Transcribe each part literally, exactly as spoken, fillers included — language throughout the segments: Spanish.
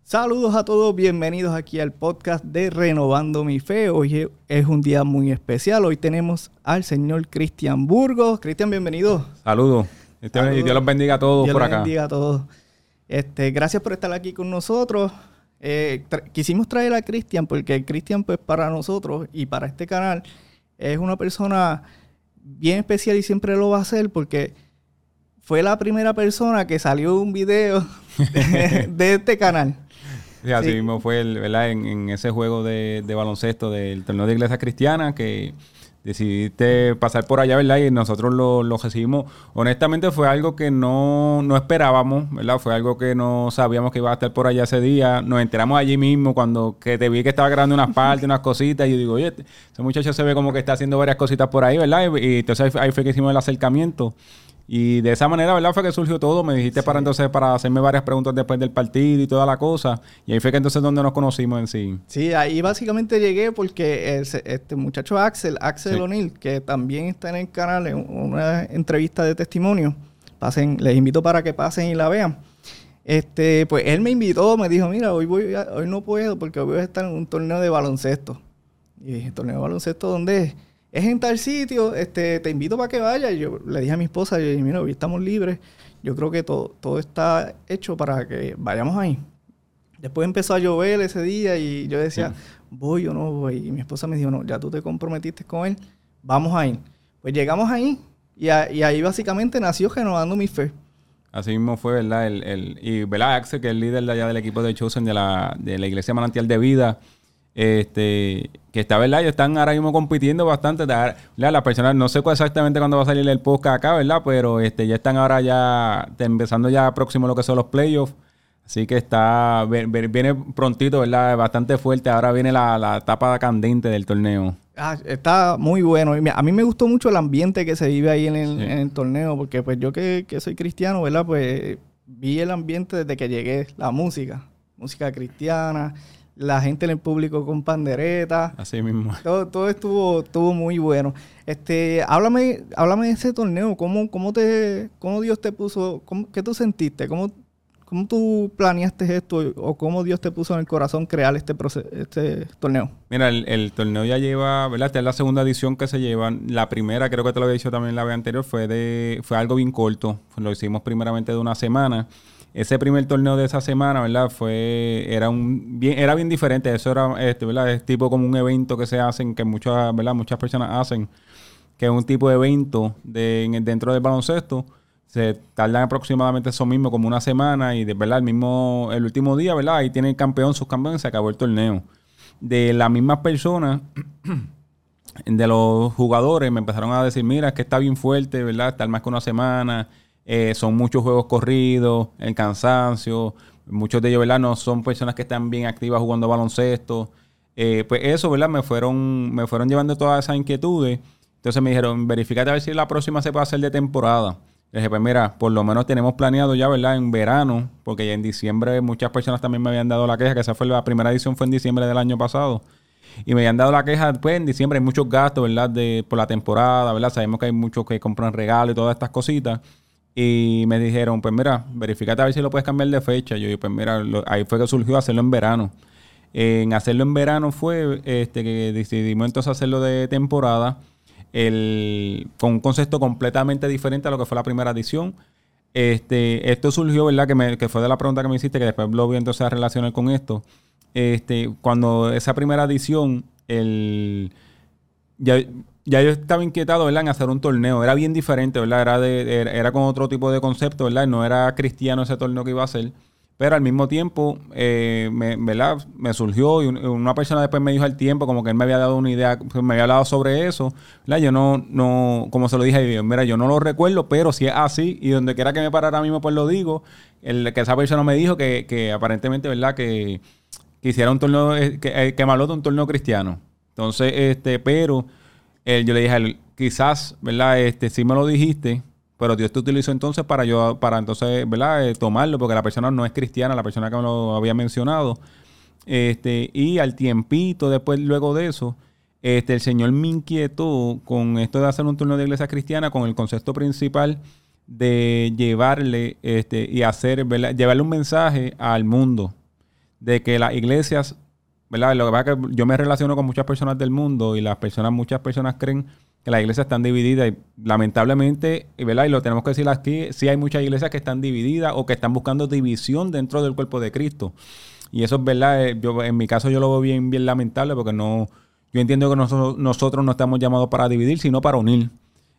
Saludos a todos, bienvenidos aquí al podcast de Renovando Mi Fe. Hoy es un día muy especial. Hoy tenemos al señor Cristian Burgos. Cristian, bienvenido. Saludos. Saludos. Y Dios los bendiga a todos Dios por los acá. Dios bendiga a todos. Este, gracias por estar aquí con nosotros. Eh, tra- quisimos traer a Cristian porque Cristian, pues, para nosotros y para este canal es una persona bien especial y siempre lo va a hacer porque fue la primera persona que salió un video de, de este canal. Sí, así Sí. mismo fue el, ¿verdad? En, en ese juego de, de baloncesto del torneo de Iglesia Cristiana que decidiste pasar por allá, ¿verdad? Y nosotros lo, lo recibimos. Honestamente fue algo que no, no esperábamos, ¿verdad? Fue algo que no sabíamos que iba a estar por allá ese día. Nos enteramos allí mismo cuando que te vi que estaba grabando unas partes, unas cositas. Y yo digo, oye, ese muchacho se ve como que está haciendo varias cositas por ahí, ¿verdad? Y, y entonces ahí, ahí fue que hicimos el acercamiento. Y de esa manera, ¿verdad? Fue que surgió todo. Me dijiste Sí. para entonces para hacerme varias preguntas después del partido y toda la cosa. Y ahí fue que entonces donde nos conocimos en sí. Sí, ahí básicamente llegué porque ese- este muchacho Axel, Axel Sí. O'Neill, que también está en el canal en una entrevista de testimonio, pasen, les invito para que pasen y la vean. Este, pues él me invitó, me dijo, mira, hoy voy a- hoy no puedo porque hoy voy a estar en un torneo de baloncesto. Y dije, ¿torneo de baloncesto dónde es? Es en tal sitio, este, te invito para que vayas. Y yo le dije a mi esposa, yo dije, mira, hoy estamos libres. Yo creo que todo, todo está hecho para que vayamos ahí. Después empezó a llover ese día y yo decía, Sí. voy o no voy. Y mi esposa me dijo, no, ya tú te comprometiste con él, vamos a ir. Pues llegamos ahí y, a- y ahí básicamente nació Renovando Mi Fe. Así mismo fue, ¿verdad? El, el, y, ¿verdad? Axel, que es el líder de allá del equipo de Chosen de la, de la Iglesia Manantial de Vida. Este, que está, ¿verdad? Ellos están ahora mismo compitiendo bastante. ¿Verdad? Las personas, no sé cuál exactamente cuándo va a salir el podcast acá, ¿verdad? Pero este, ya están ahora ya empezando ya próximo lo que son los playoffs. Así que está, viene, viene prontito, ¿verdad? Bastante fuerte. Ahora viene la, la etapa candente del torneo. Ah, está muy bueno. Y me- a mí me gustó mucho el ambiente que se vive ahí en el, Sí. en el torneo, porque pues yo que, que soy cristiano, ¿verdad? Pues vi el ambiente desde que llegué, la música, música cristiana, la gente en el público con panderetas. Así mismo. Todo, todo estuvo, estuvo muy bueno. Este, háblame, háblame de ese torneo. ¿Cómo, cómo te, cómo Dios te puso, cómo, qué tú sentiste? ¿Cómo, cómo tú planeaste esto o cómo Dios te puso en el corazón crear este proce- este torneo? Mira, el, el torneo ya lleva, ¿verdad? Esta es la segunda edición que se lleva. La primera, creo que te lo había dicho también la vez anterior, fue de fue algo bien corto. Lo hicimos primeramente de una semana. Ese primer torneo de esa semana, ¿verdad? Fue, era un bien, era bien diferente. Eso era, este, ¿verdad? Es tipo como un evento que se hacen, que muchas, ¿verdad? Muchas personas hacen, que es un tipo de evento de, en el- dentro del baloncesto. Se tardan aproximadamente eso mismo, como una semana, y de verdad, el mismo, el último día, ¿verdad? Ahí tiene el campeón, sus campeones, se acabó el torneo. De las mismas personas, de los jugadores, me empezaron a decir, mira, es que está bien fuerte, ¿verdad? Estar más que una semana, eh, son muchos juegos corridos, el cansancio, muchos de ellos, ¿verdad? No son personas que están bien activas jugando baloncesto. Eh, pues eso, ¿verdad? Me fueron, me fueron llevando todas esas inquietudes. Entonces me dijeron, verifícate a ver si la próxima se puede hacer de temporada. Le dije, pues mira, por lo menos tenemos planeado ya, ¿verdad? En verano, porque ya en diciembre muchas personas también me habían dado la queja, que esa fue la primera edición, fue en diciembre del año pasado. Y me habían dado la queja, pues en diciembre hay muchos gastos, ¿verdad? De, por la temporada, ¿verdad? Sabemos que hay muchos que compran regalos y todas estas cositas. Y me dijeron, pues mira, verifícate a ver si lo puedes cambiar de fecha. Yo dije, pues mira, lo- ahí fue que surgió hacerlo en verano. En hacerlo en verano fue este que decidimos entonces hacerlo de temporada. El, con un concepto completamente diferente a lo que fue la primera edición. Este, esto surgió, ¿verdad? Que, me, que fue de la pregunta que me hiciste, que después lo vi entonces a relacionar con esto. Este, cuando esa primera edición, el, ya, ya yo estaba inquietado, ¿verdad? En hacer un torneo. Era bien diferente, ¿verdad? Era, de, era, era con otro tipo de concepto, ¿verdad? No era cristiano ese torneo que iba a hacer. Pero al mismo tiempo, eh, me, ¿verdad? Me surgió y un- una persona después me dijo al tiempo, como que él me había dado una idea, me había hablado sobre eso, ¿verdad? Yo no, no, como se lo dije, yo, mira, yo no lo recuerdo, pero si es así, y donde quiera que me parara ahora mismo, pues lo digo, el, que esa persona me dijo que, que aparentemente, ¿verdad? Que, que hiciera un torneo, eh, que, eh, que me habló de un torneo cristiano. Entonces, este, pero eh, yo le dije a él, quizás, ¿verdad? Este, sí me lo dijiste, pero Dios te utilizó entonces para yo, para entonces, ¿verdad? Eh, tomarlo, porque la persona no es cristiana, la persona que me lo había mencionado. Este, y al tiempito, después, luego de eso, este, el Señor me inquietó con esto de hacer un turno de iglesia cristiana, con el concepto principal de llevarle este, y hacer, ¿verdad? Llevarle un mensaje al mundo. de que las iglesias, ¿verdad? Lo que pasa es que yo me relaciono con muchas personas del mundo y las personas, muchas personas creen que las iglesias están divididas y lamentablemente, ¿verdad? Y lo tenemos que decir aquí, sí hay muchas iglesias que están divididas o que están buscando división dentro del cuerpo de Cristo. Y eso es verdad, yo, en mi caso yo lo veo bien, bien lamentable porque no, yo entiendo que nosotros, nosotros no estamos llamados para dividir, sino para unir.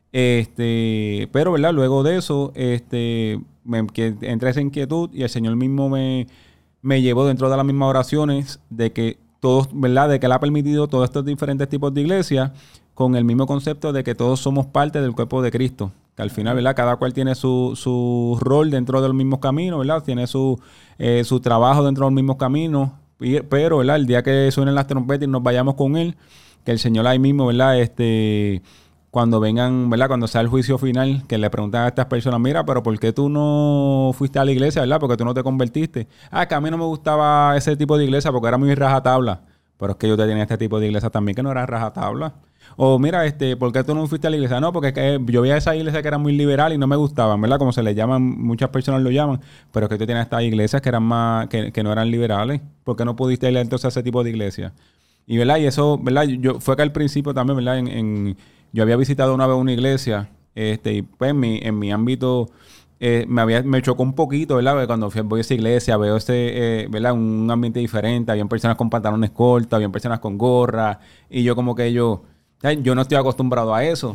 Este, pero, ¿verdad? Luego de eso, este, me, que entré esa inquietud y el Señor mismo me, me llevó dentro de las mismas oraciones de que todos, ¿verdad? De que Él ha permitido todos estos diferentes tipos de iglesias con el mismo concepto de que todos somos parte del cuerpo de Cristo. Que al final, ¿verdad? Cada cual tiene su, su rol dentro de los mismos caminos, ¿verdad? Tiene su, eh, su trabajo dentro de los mismos caminos. Y, pero, ¿verdad? El día que suenen las trompetas y nos vayamos con Él, que el Señor ahí mismo, ¿verdad? Este, cuando vengan, ¿verdad? Cuando sea el juicio final, que le preguntan a estas personas, mira, pero ¿por qué tú no fuiste a la iglesia, ¿verdad? Porque tú no te convertiste. Ah, que a mí no me gustaba ese tipo de iglesia porque era muy rajatabla. Pero es que yo te tenía este tipo de iglesia también que no era rajatabla. O mira, este, ¿por qué tú no fuiste a la iglesia? No, porque es que yo veía esa iglesia que era muy liberal y no me gustaban, ¿verdad? Como se le llaman, muchas personas lo llaman. Pero es que tú tienes estas iglesias que eran más, que, que no eran liberales. ¿Por qué no pudiste ir entonces a ese tipo de iglesia? Y, ¿verdad? Y eso, ¿verdad? Yo, fue que al principio también, ¿verdad? En, en, yo había visitado una vez una iglesia, este, y pues en mi, en mi ámbito eh, me había, me chocó un poquito, ¿verdad? Porque cuando fui, voy a esa iglesia, veo ese, eh, ¿verdad? Un ambiente diferente, habían personas con pantalones cortos, habían personas con gorra, y yo como que yo... Yo no estoy acostumbrado a eso.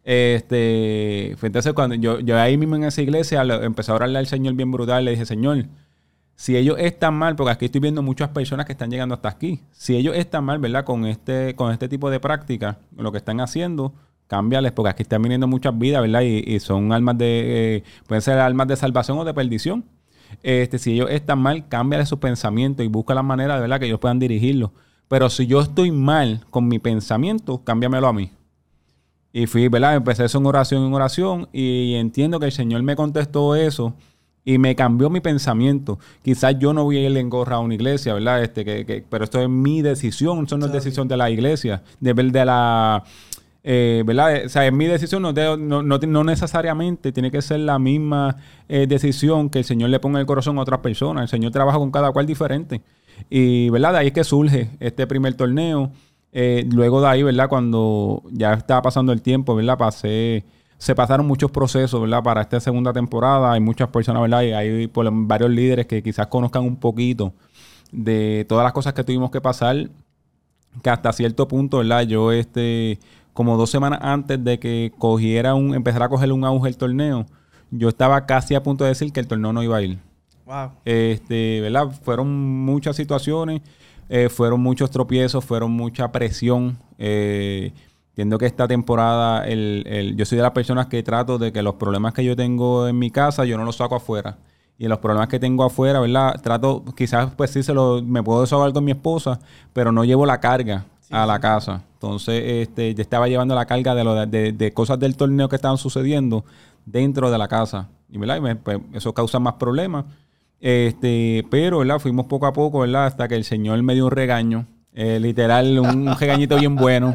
Este, entonces, cuando yo, yo ahí mismo en esa iglesia le, empecé a orarle al Señor bien brutal. Le dije, Señor, si ellos están mal, porque aquí estoy viendo muchas personas que están llegando hasta aquí. Si ellos están mal, ¿verdad? Con este, con este tipo de práctica, lo que están haciendo, cámbiales, porque aquí están viniendo muchas vidas, ¿verdad? Y, y son almas de, eh, pueden ser almas de salvación o de perdición. Este, si ellos están mal, cámbiales sus pensamientos y busca la manera, ¿verdad? Que ellos puedan dirigirlos. Pero si yo estoy mal con mi pensamiento, cámbiamelo a mí. Y fui, ¿verdad? Empecé eso en oración, en oración. Y entiendo que el Señor me contestó eso. Y me cambió mi pensamiento. Quizás yo no voy a ir en gorra a una iglesia, ¿verdad? Este, que, que, pero esto es mi decisión. Eso no es decisión de la iglesia. De, de la... Eh, ¿verdad? O sea, es mi decisión. No, de, no, no, no necesariamente tiene que ser la misma eh, decisión que el Señor le ponga en el corazón a otras personas. El Señor trabaja con cada cual diferente. Y, ¿verdad? De ahí es que surge este primer torneo. Eh, luego de ahí, ¿verdad? Cuando ya estaba pasando el tiempo, ¿verdad? Pasé, se pasaron muchos procesos, ¿verdad? Para esta segunda temporada. Hay muchas personas, ¿verdad? Y hay por varios líderes que quizás conozcan un poquito de todas las cosas que tuvimos que pasar. Que hasta cierto punto, ¿verdad? Yo, este, como dos semanas antes de que cogiera un, empezara a coger un auge el torneo, yo estaba casi a punto de decir que el torneo no iba a ir. Wow. Este, ¿verdad? Fueron muchas situaciones, eh, fueron muchos tropiezos, fueron mucha presión. Eh, entiendo que esta temporada, el, el, yo soy de las personas que trato de que los problemas que yo tengo en mi casa, yo no los saco afuera. Y los problemas que tengo afuera, ¿verdad? Trato, quizás pues sí se lo, me puedo desahogar con mi esposa, pero no llevo la carga sí, a la sí. casa. Entonces, este, yo estaba llevando la carga de, lo de, de, de cosas del torneo que estaban sucediendo dentro de la casa. Y, ¿verdad? Y me, pues, eso causa más problemas. Este, pero, ¿verdad? Fuimos poco a poco, ¿verdad? Hasta que el Señor me dio un regaño. Eh, literal, un, un regañito bien bueno.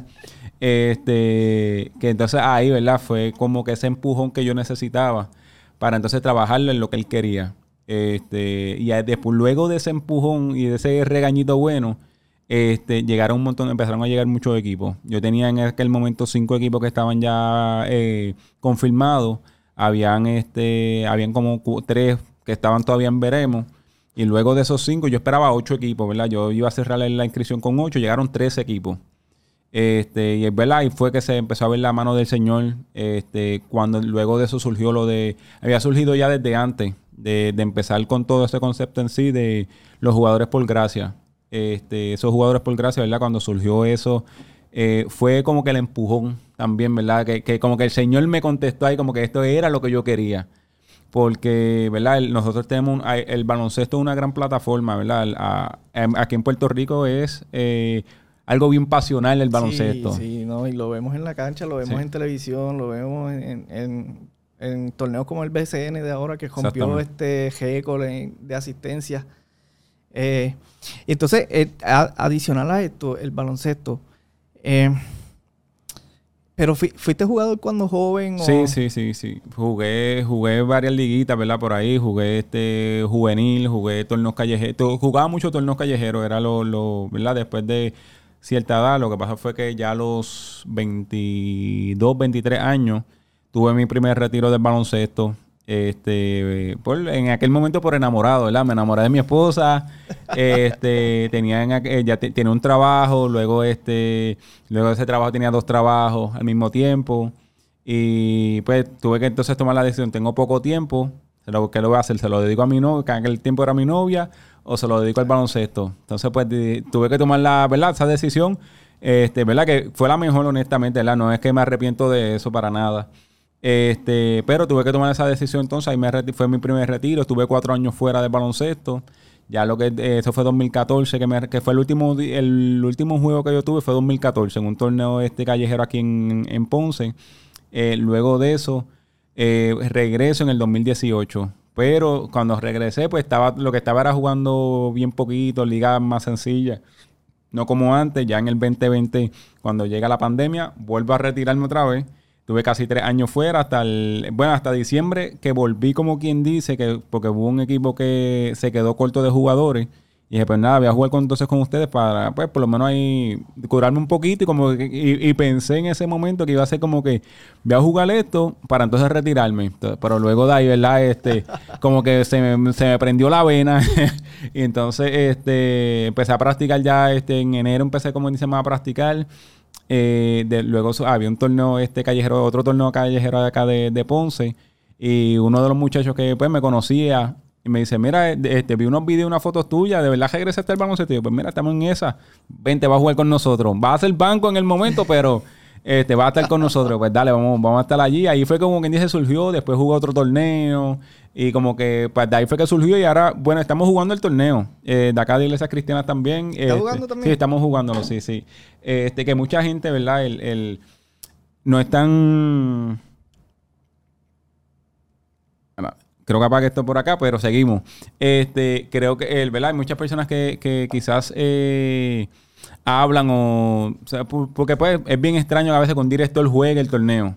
Este, que entonces ahí, ¿verdad? Fue como que ese empujón que yo necesitaba para entonces trabajarlo en lo que Él quería. Este, y después, luego de ese empujón y de ese regañito bueno, este, llegaron un montón, empezaron a llegar muchos equipos. Yo tenía en aquel momento cinco equipos que estaban ya eh, confirmados. Habían, este, habían como tres que estaban todavía en veremos. Y luego de esos cinco, yo esperaba ocho equipos, ¿verdad? Yo iba a cerrar la inscripción con ocho, llegaron trece equipos. Este, y es verdad, y fue que se empezó a ver la mano del Señor. Este, cuando luego de eso surgió lo de, había surgido ya desde antes de, de empezar con todo ese concepto en sí de los jugadores por gracia. Este, esos jugadores por gracia, ¿verdad? Cuando surgió eso, eh, fue como que el empujón también, ¿verdad? Que, que como que el Señor me contestó ahí como que esto era lo que yo quería. Porque, ¿verdad? El, nosotros tenemos, un, el baloncesto es una gran plataforma, ¿verdad? A, a, aquí en Puerto Rico es eh, algo bien pasional el baloncesto. Sí, sí, no, y lo vemos en la cancha, lo vemos sí. en televisión, lo vemos en, en, en torneos como el B C N de ahora que rompió este récord de asistencia. Eh, entonces, eh, a, adicional a esto, el baloncesto, eh, ¿Pero fu fuiste jugador cuando joven? O... Sí, sí, sí, sí. Jugué, jugué varias liguitas, ¿verdad? Por ahí. Jugué este juvenil, jugué torneos callejeros. Jugaba mucho torneos callejeros, era lo, lo, ¿verdad? Después de cierta edad, lo que pasó fue que ya a los veintidós, veintitrés años tuve mi primer retiro del baloncesto. Este, por, en aquel momento por enamorado, ¿verdad? Me enamoré de mi esposa, este, tenía, en, ya te, tenía un trabajo, luego este, luego de ese trabajo tenía dos trabajos al mismo tiempo y pues tuve que entonces tomar la decisión, tengo poco tiempo, ¿qué lo voy a hacer? ¿Se lo dedico a mi novia, que en aquel tiempo era mi novia, o se lo dedico al baloncesto? Entonces pues de, tuve que tomar la, ¿verdad? Esa decisión, este, ¿verdad? Que fue la mejor honestamente, ¿verdad? No es que me arrepiento de eso para nada. Este, pero tuve que tomar esa decisión entonces, ahí me fue mi primer retiro, estuve cuatro años fuera del baloncesto, ya lo que, eh, eso fue dos mil catorce, que, me, que fue el último el último juego que yo tuve fue dos mil catorce, en un torneo este callejero aquí en, en Ponce, eh, luego de eso, eh, regreso en el dos mil dieciocho, pero cuando regresé, pues estaba, lo que estaba era jugando bien poquito, ligas más sencillas, no como antes, ya en el veinte veinte, cuando llega la pandemia, vuelvo a retirarme otra vez. Tuve casi tres años fuera, hasta el, bueno, hasta diciembre, que volví como quien dice, que porque hubo un equipo que se quedó corto de jugadores. Y dije, pues nada, voy a jugar con, entonces con ustedes para, pues, por lo menos ahí curarme un poquito. Y como que, y, y pensé en ese momento que iba a ser como que voy a jugar esto para entonces retirarme. Entonces, pero luego de ahí, ¿verdad? Este, como que se me, se me prendió la vena. Y entonces, este, empecé a practicar ya, este, en enero empecé, como dice, más a practicar. Eh, de, luego ah, había un torneo este callejero, otro torneo callejero de acá de, de Ponce, y uno de los muchachos que pues me conocía y me dice, mira, este, vi unos videos, unas fotos tuyas, ¿de verdad regresaste al baloncesto? Y yo, pues mira, estamos en esa, ven, te vas a jugar con nosotros, vas a ser banco en el momento, pero este, vas a estar con nosotros, pues dale, vamos, vamos a estar allí. Ahí fue como quien dice, surgió, después jugó otro torneo y como que pues de ahí fue que surgió y ahora, bueno, estamos jugando el torneo eh, de acá de Iglesias Cristianas también. ¿Estás este, jugando también? Sí, estamos jugándolo, sí, sí. Este, que mucha gente, ¿verdad? El, el, no es tan... Creo que apague esto por acá, pero seguimos. Este, creo que, el, ¿verdad? Hay muchas personas que, que quizás eh, hablan o... o sea, porque pues es bien extraño que a veces con director juegue el torneo.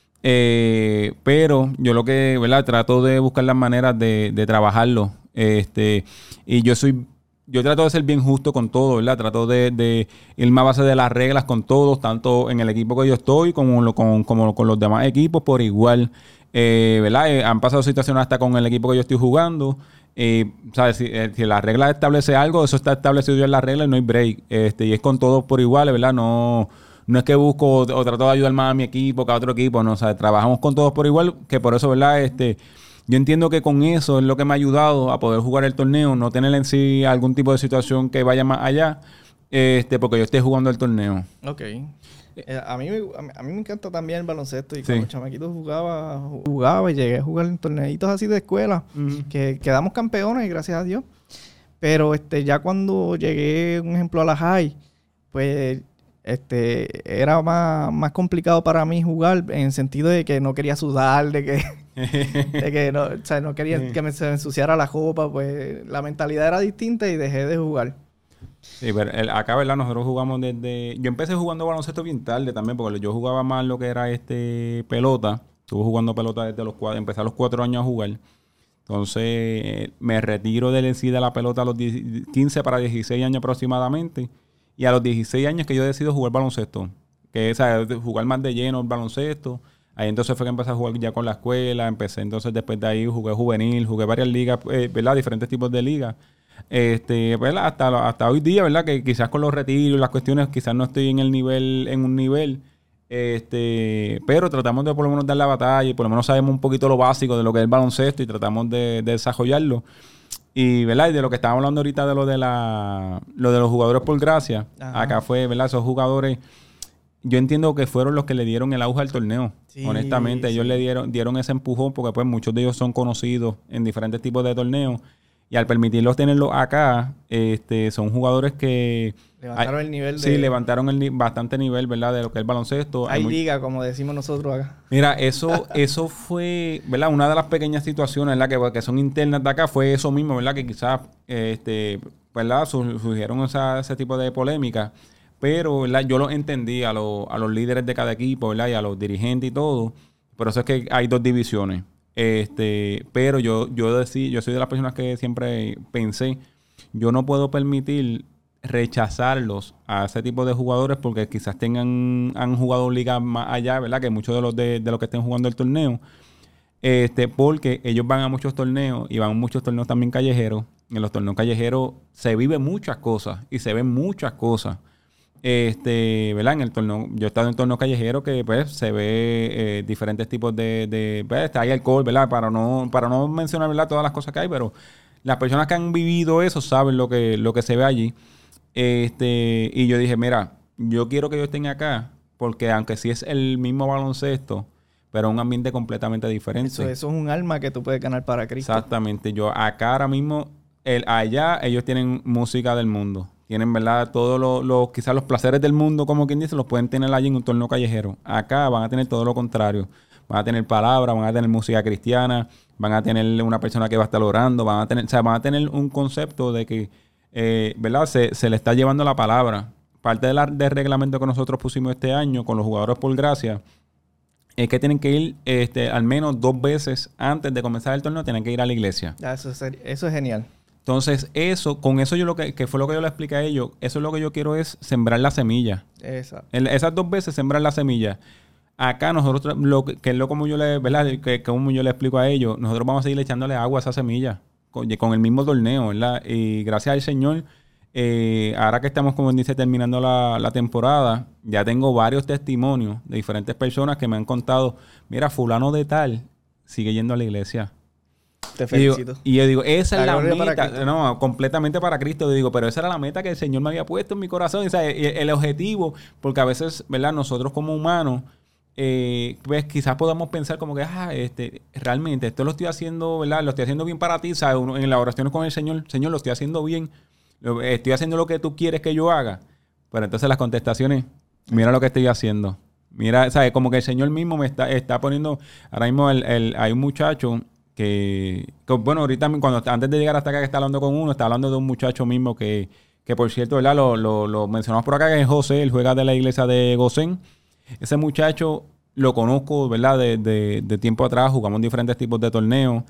Eh, pero yo lo que, ¿verdad? Trato de buscar las maneras de, de trabajarlo. Este, y yo soy... Yo trato de ser bien justo con todo, ¿verdad? Trato de, de irme a base de las reglas con todos, tanto en el equipo que yo estoy como, lo, con, como con los demás equipos por igual. Eh, ¿verdad? Eh, han pasado situaciones hasta con el equipo que yo estoy jugando. Eh, ¿sabes? Si, eh, si la regla establece algo, eso está establecido ya en la regla y no hay break. Este, y es con todos por igual, ¿verdad? No, no es que busco o, o trato de ayudar más a mi equipo que a otro equipo, no, o sea, trabajamos con todos por igual, que por eso, ¿verdad? Este... Yo entiendo que con eso es lo que me ha ayudado a poder jugar el torneo, no tener en sí algún tipo de situación que vaya más allá, este, porque yo esté jugando el torneo. Ok. Eh, a, mí, a mí me encanta también el baloncesto y sí. Cuando chamaquito jugaba, jugaba y llegué a jugar en torneitos así de escuela, uh-huh. que quedamos campeones, gracias a Dios. Pero este, ya cuando llegué, un ejemplo, a la high, pues... Este, era más, más complicado para mí jugar en el sentido de que no quería sudar, de que, de que no, o sea, no quería que me, se me ensuciara la copa, pues la mentalidad era distinta y dejé de jugar. Sí, pero el, acá, ¿verdad? Nosotros jugamos desde... Yo empecé jugando baloncesto bien tarde también, porque yo jugaba más lo que era este pelota. Estuve jugando pelota desde los cuatro, empecé a los cuatro años a jugar. Entonces, me retiro del en sí de la pelota a los quince para dieciséis años aproximadamente. Y a los dieciséis años que yo decido jugar baloncesto, que es, o sea, jugar más de lleno el baloncesto. Ahí entonces fue que empecé a jugar ya con la escuela. Empecé entonces después de ahí, jugué juvenil, jugué varias ligas, eh, ¿verdad? Diferentes tipos de ligas. Este, ¿verdad? Hasta, hasta hoy día, ¿verdad? Que quizás con los retiros y las cuestiones, quizás no estoy en el nivel, en un nivel. Este, pero tratamos de por lo menos dar la batalla y por lo menos sabemos un poquito lo básico de lo que es el baloncesto y tratamos de, de desarrollarlo. Y, ¿verdad? Y de lo que estábamos hablando ahorita de lo de la lo de los jugadores por gracia. Ajá. Acá fue, ¿verdad? Esos jugadores, yo entiendo que fueron los que le dieron el auge al torneo. Sí, honestamente, sí. Ellos le dieron, dieron ese empujón porque pues muchos de ellos son conocidos en diferentes tipos de torneos. Y al permitirlos tenerlos acá, este, son jugadores que... Levantaron hay, el nivel de... Sí, levantaron el bastante nivel, ¿verdad? De lo que es el baloncesto. Hay, hay muy... liga, como decimos nosotros acá. Mira, eso eso fue, ¿verdad? Una de las pequeñas situaciones, ¿verdad? Que, que son internas de acá fue eso mismo, ¿verdad? Que quizás, este, ¿verdad? Surgieron esa, ese tipo de polémica. pero, ¿verdad? Yo lo entendí a, lo, a los líderes de cada equipo, ¿verdad? Y a los dirigentes y todo. Por eso es que hay dos divisiones. Este, pero yo, yo, decí, yo soy de las personas que siempre pensé, yo no puedo permitir rechazarlos a ese tipo de jugadores porque quizás tengan han jugado ligas más allá, ¿verdad? Que muchos de los de, de los que estén jugando el torneo. Este, porque ellos van a muchos torneos y van a muchos torneos también callejeros. En los torneos callejeros se viven muchas cosas y se ven muchas cosas. Este, ¿verdad? En el torneo, yo he estado en torneos callejeros que pues se ve eh, diferentes tipos de, de pues, hay alcohol, ¿verdad? Para no, para no mencionar, ¿verdad? Todas las cosas que hay, pero las personas que han vivido eso saben lo que, lo que se ve allí. Este, y yo dije, mira, yo quiero que ellos estén acá, porque aunque sí es el mismo baloncesto, pero un ambiente completamente diferente. Eso, eso es un alma que tú puedes ganar para Cristo. Exactamente. Yo acá ahora mismo, el, allá ellos tienen música del mundo. Tienen, ¿verdad? Todos los, lo, quizás los placeres del mundo, como quien dice, los pueden tener allí en un torneo callejero. Acá van a tener todo lo contrario. Van a tener palabras, van a tener música cristiana, van a tener una persona que va a estar orando, van a tener, o sea, van a tener un concepto de que, eh, ¿verdad? Se, se le está llevando la palabra. Parte de la, del reglamento que nosotros pusimos este año con los jugadores por gracia es que tienen que ir este, al menos dos veces antes de comenzar el torneo, tienen que ir a la iglesia. Ah, eso, es, eso es genial. Entonces, eso, con eso yo lo que, que fue lo que yo le expliqué a ellos, eso es lo que yo quiero es sembrar la semilla. Exacto. En, esas dos veces sembrar la semilla. Acá nosotros, lo que, que es lo como yo le, ¿verdad? Que, como yo le explico a ellos, nosotros vamos a seguir echándole agua a esa semilla con, con el mismo torneo, ¿verdad? Y gracias al Señor, eh, ahora que estamos, como dice, terminando la, la temporada, ya tengo varios testimonios de diferentes personas que me han contado, mira, fulano de tal sigue yendo a la iglesia. Te felicito. Y, digo, y yo digo, esa la es la meta. No, completamente para Cristo. Yo digo, pero esa era la meta que el Señor me había puesto en mi corazón. O sea, el, el objetivo, porque a veces, ¿verdad? Nosotros como humanos, eh, pues quizás podamos pensar como que, ah, este, realmente esto lo estoy haciendo, ¿verdad? Lo estoy haciendo bien para ti. ¿Sabes? Uno, en las oraciones con el Señor, Señor, lo estoy haciendo bien. Lo, estoy haciendo lo que tú quieres que yo haga. Pero entonces las contestaciones, mira lo que estoy haciendo. Mira, ¿sabes? Como que el Señor mismo me está, está poniendo, ahora mismo el, el, hay un muchacho que, que, bueno, ahorita cuando antes de llegar hasta acá que está hablando con uno, está hablando de un muchacho mismo que, que por cierto, ¿verdad? Lo, lo, lo mencionamos por acá, que es José, él juega de la iglesia de Gosén. Ese muchacho lo conozco, ¿verdad? De, de, de tiempo atrás, jugamos diferentes tipos de torneos.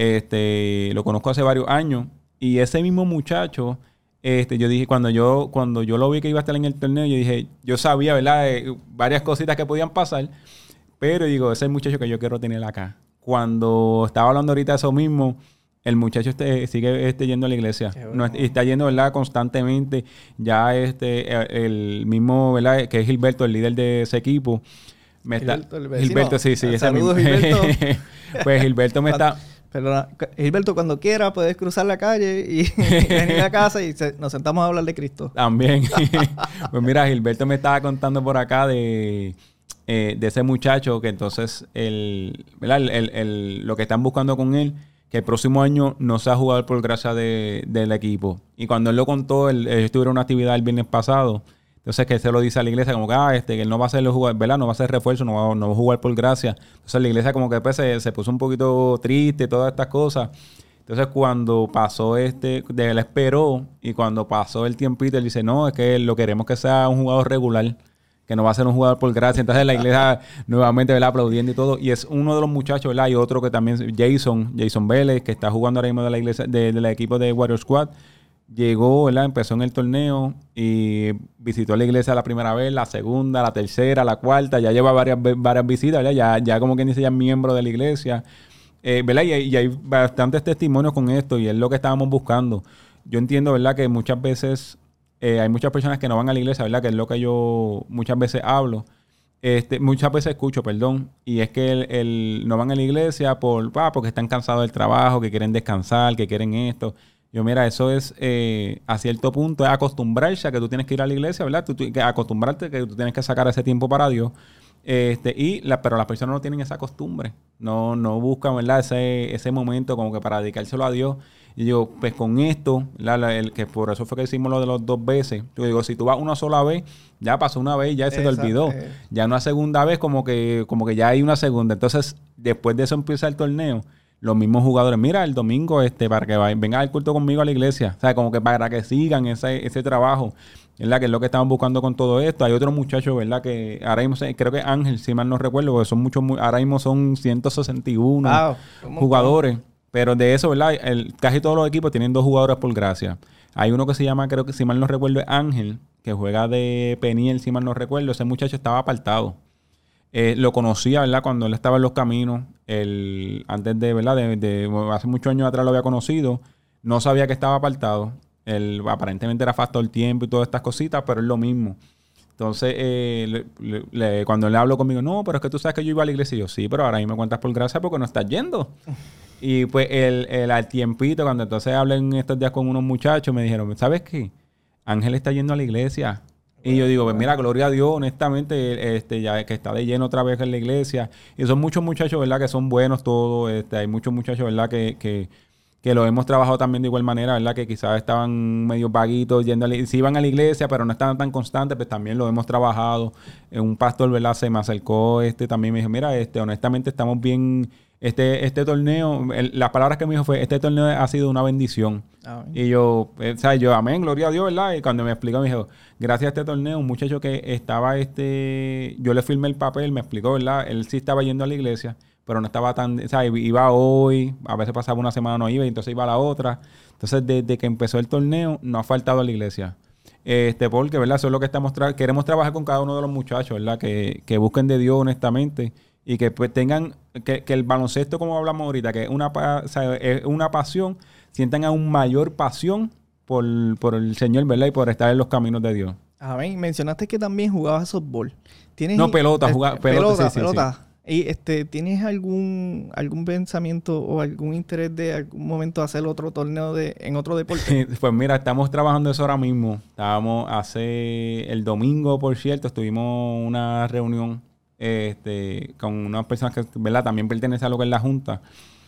Este, lo conozco hace varios años. Y ese mismo muchacho, este, yo dije, cuando yo, cuando yo lo vi que iba a estar en el torneo, yo dije, yo sabía, ¿verdad? Eh, varias cositas que podían pasar. Pero digo, ese es el muchacho que yo quiero tener acá. Cuando estaba hablando ahorita de eso mismo, el muchacho este, sigue este, yendo a la iglesia. Bueno. No, está yendo, ¿verdad? Constantemente. Ya este el, el mismo, ¿verdad? Que es Gilberto, el líder de ese equipo. Me Gilberto, está, Gilberto, sí, sí. Saludos, Gilberto. Pues Gilberto me está... Perdona, Gilberto, cuando quiera puedes cruzar la calle y venir a casa y se, nos sentamos a hablar de Cristo. También. Pues mira, Gilberto me estaba contando por acá de... Eh, de ese muchacho que entonces el, ¿verdad? El, el, el, lo que están buscando con él, que el próximo año no sea jugador por gracia de, del equipo. Y cuando él lo contó, él, ellos tuvieron una actividad el viernes pasado, entonces que él se lo dice a la iglesia como que, ah, este, que él no va a ser jugador, ¿verdad? No va a ser refuerzo, no va, no va a jugar por gracia. Entonces la iglesia como que después se, se puso un poquito triste, todas estas cosas. Entonces cuando pasó este, él esperó, y cuando pasó el tiempito, él dice, no, es que lo queremos que sea un jugador regular, que no va a ser un jugador por gracia. Entonces la iglesia nuevamente, ¿verdad? Aplaudiendo y todo. Y es uno de los muchachos, ¿verdad? Y otro que también, Jason, Jason Vélez, que está jugando ahora mismo de la iglesia, de, del equipo de Warrior Squad. Llegó, ¿verdad? Empezó en el torneo y visitó la iglesia la primera vez, la segunda, la tercera, la cuarta. Ya lleva varias, varias visitas, ¿verdad? Ya, ya como quien dice, ya es miembro de la iglesia. Eh, ¿verdad? Y, y hay bastantes testimonios con esto y es lo que estábamos buscando. Yo entiendo, ¿verdad? Que muchas veces... Eh, hay muchas personas que no van a la iglesia, ¿verdad? Que es lo que yo muchas veces hablo. Este, muchas veces escucho, perdón. Y es que el, el, no van a la iglesia por, ah, porque están cansados del trabajo, que quieren descansar, que quieren esto. Yo, mira, eso es eh, a cierto punto, es acostumbrarse a que tú tienes que ir a la iglesia, ¿verdad? Tú, tú, acostumbrarte que tú tienes que sacar ese tiempo para Dios. Este, y la, pero las personas no tienen esa costumbre. No, no buscan, ¿verdad? Ese, ese momento como que para dedicárselo a Dios. Y digo, pues con esto, la, la, el, que por eso fue que hicimos lo de los dos veces. Yo digo, si tú vas una sola vez, ya pasó una vez y ya se te olvidó. Eh. Ya una segunda vez como que, como que ya hay una segunda. Entonces, después de eso empieza el torneo. los mismos jugadores, mira, el domingo este para que vayan, vengan al culto conmigo a la iglesia. O sea, como que para que sigan ese, ese trabajo, ¿verdad? Que es lo que estamos buscando con todo esto. Hay otros muchachos, ¿verdad? Que ahora mismo, creo que Ángel, si mal no recuerdo, porque son muchos, ahora mismo son ciento sesenta y uno wow, jugadores. Pero de eso, ¿verdad? El, casi todos los equipos tienen dos jugadores por gracia. Hay uno que se llama, creo que si mal no recuerdo, es Ángel, que juega de Peniel, si mal no recuerdo. Ese muchacho estaba apartado. Eh, lo conocía, ¿verdad? Cuando él estaba en los caminos. El, antes de, ¿verdad? De, de, hace muchos años atrás lo había conocido. No sabía que estaba apartado. Él aparentemente era fast todo el tiempo y todas estas cositas, pero es lo mismo. Entonces, eh, le, le, cuando le hablo conmigo, no, pero es que tú sabes que yo iba a la iglesia. Y yo, sí, pero ahora ahí me cuentas por gracia porque no estás yendo. Y pues el, el, al tiempito, cuando entonces hablé en estos días con unos muchachos, me dijeron, ¿sabes qué? Ángel está yendo a la iglesia. Y yo digo, pues mira, gloria a Dios, honestamente, este, ya que está de lleno otra vez en la iglesia. Y son muchos muchachos, ¿verdad? Que son buenos todos. Este, hay muchos muchachos, ¿verdad? Que, que, que lo hemos trabajado también de igual manera, ¿verdad? Que quizás estaban medio vaguitos, yendo a la, sí iban a la iglesia, pero no estaban tan constantes, pues también lo hemos trabajado. Un pastor, ¿verdad? Se me acercó, este, también me dijo, mira, este, honestamente estamos bien... Este, este torneo, el, las palabras que me dijo fue, este torneo ha sido una bendición. Amén. Y yo, eh, o sea, yo, amén, gloria a Dios, ¿verdad? Y cuando me explicó, me dijo, gracias a este torneo, un muchacho que estaba, este, yo le firmé el papel, me explicó, ¿verdad? Él sí estaba yendo a la iglesia, pero no estaba tan, o sea, iba hoy, a veces pasaba una semana no iba, y entonces iba a la otra. Entonces, desde que empezó el torneo, no ha faltado a la iglesia. Este, porque, ¿verdad? Eso es lo que estamos, tra- queremos trabajar con cada uno de los muchachos, ¿verdad? Que, que busquen de Dios honestamente. Y que pues tengan, que, que el baloncesto, como hablamos ahorita, que es una, o sea, es una pasión, sientan aún mayor pasión por, por el Señor, ¿verdad? Y por estar en los caminos de Dios. Amén. Mencionaste que también jugabas softball. ¿Tienes no, pelota, eh, jugaba, pelota, pelota, sí, pelota. Sí, sí. ¿Y este, tienes algún algún pensamiento o algún interés de algún momento hacer otro torneo de en otro deporte? Pues mira, estamos trabajando eso ahora mismo. Estábamos hace el domingo, por cierto, estuvimos una reunión Este, con unas personas que, ¿verdad? También pertenece a lo que es la Junta.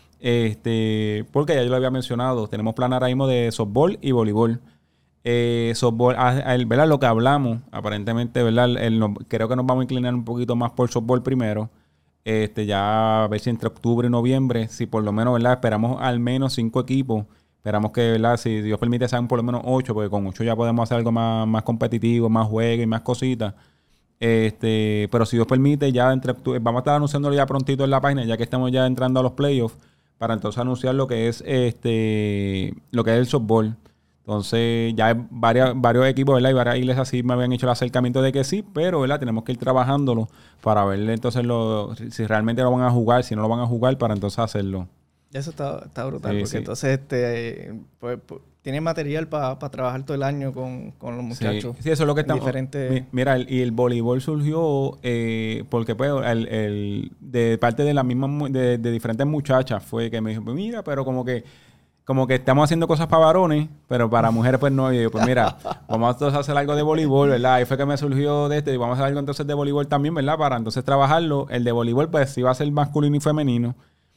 Este, porque ya yo lo había mencionado, tenemos plan ahora mismo de softball y voleibol. Eh, softball, a, a el, ¿verdad? Lo que hablamos, aparentemente, ¿verdad? El, el, no, creo que nos vamos a inclinar un poquito más por softball primero. Este, ya a ver si entre octubre y noviembre, si por lo menos, ¿verdad? Esperamos al menos cinco equipos. Esperamos que, ¿verdad? Si Dios permite, sean por lo menos ocho, porque con ocho ya podemos hacer algo más, más competitivo, más juego y más cositas. Este, pero si Dios permite, ya entre vamos a estar anunciándolo ya prontito en la página, ya que estamos ya entrando a los playoffs, para entonces anunciar lo que es este lo que es el softball. Entonces, ya hay varias, varios equipos, ¿verdad? Y varias iglesias sí me habían hecho el acercamiento de que sí, pero, ¿verdad? Tenemos que ir trabajándolo para ver entonces lo, si realmente lo van a jugar, si no lo van a jugar, para entonces hacerlo. Eso está, está brutal, sí, porque sí. entonces este pues, pues tiene material para pa trabajar todo el año con, con los muchachos. Sí, sí, eso es lo que estamos... Diferentes... Mira, el, y el voleibol surgió eh, porque pues el, el, de parte de las mismas, de, de diferentes muchachas fue que me dijo, pues mira, pero como que como que estamos haciendo cosas para varones, pero para mujeres pues no. Y yo, pues mira, vamos a hacer algo de voleibol, ¿verdad? Ahí fue que me surgió de este, y vamos a hacer algo entonces de voleibol también, ¿verdad? Para entonces trabajarlo. El de voleibol pues sí va a ser masculino y femenino.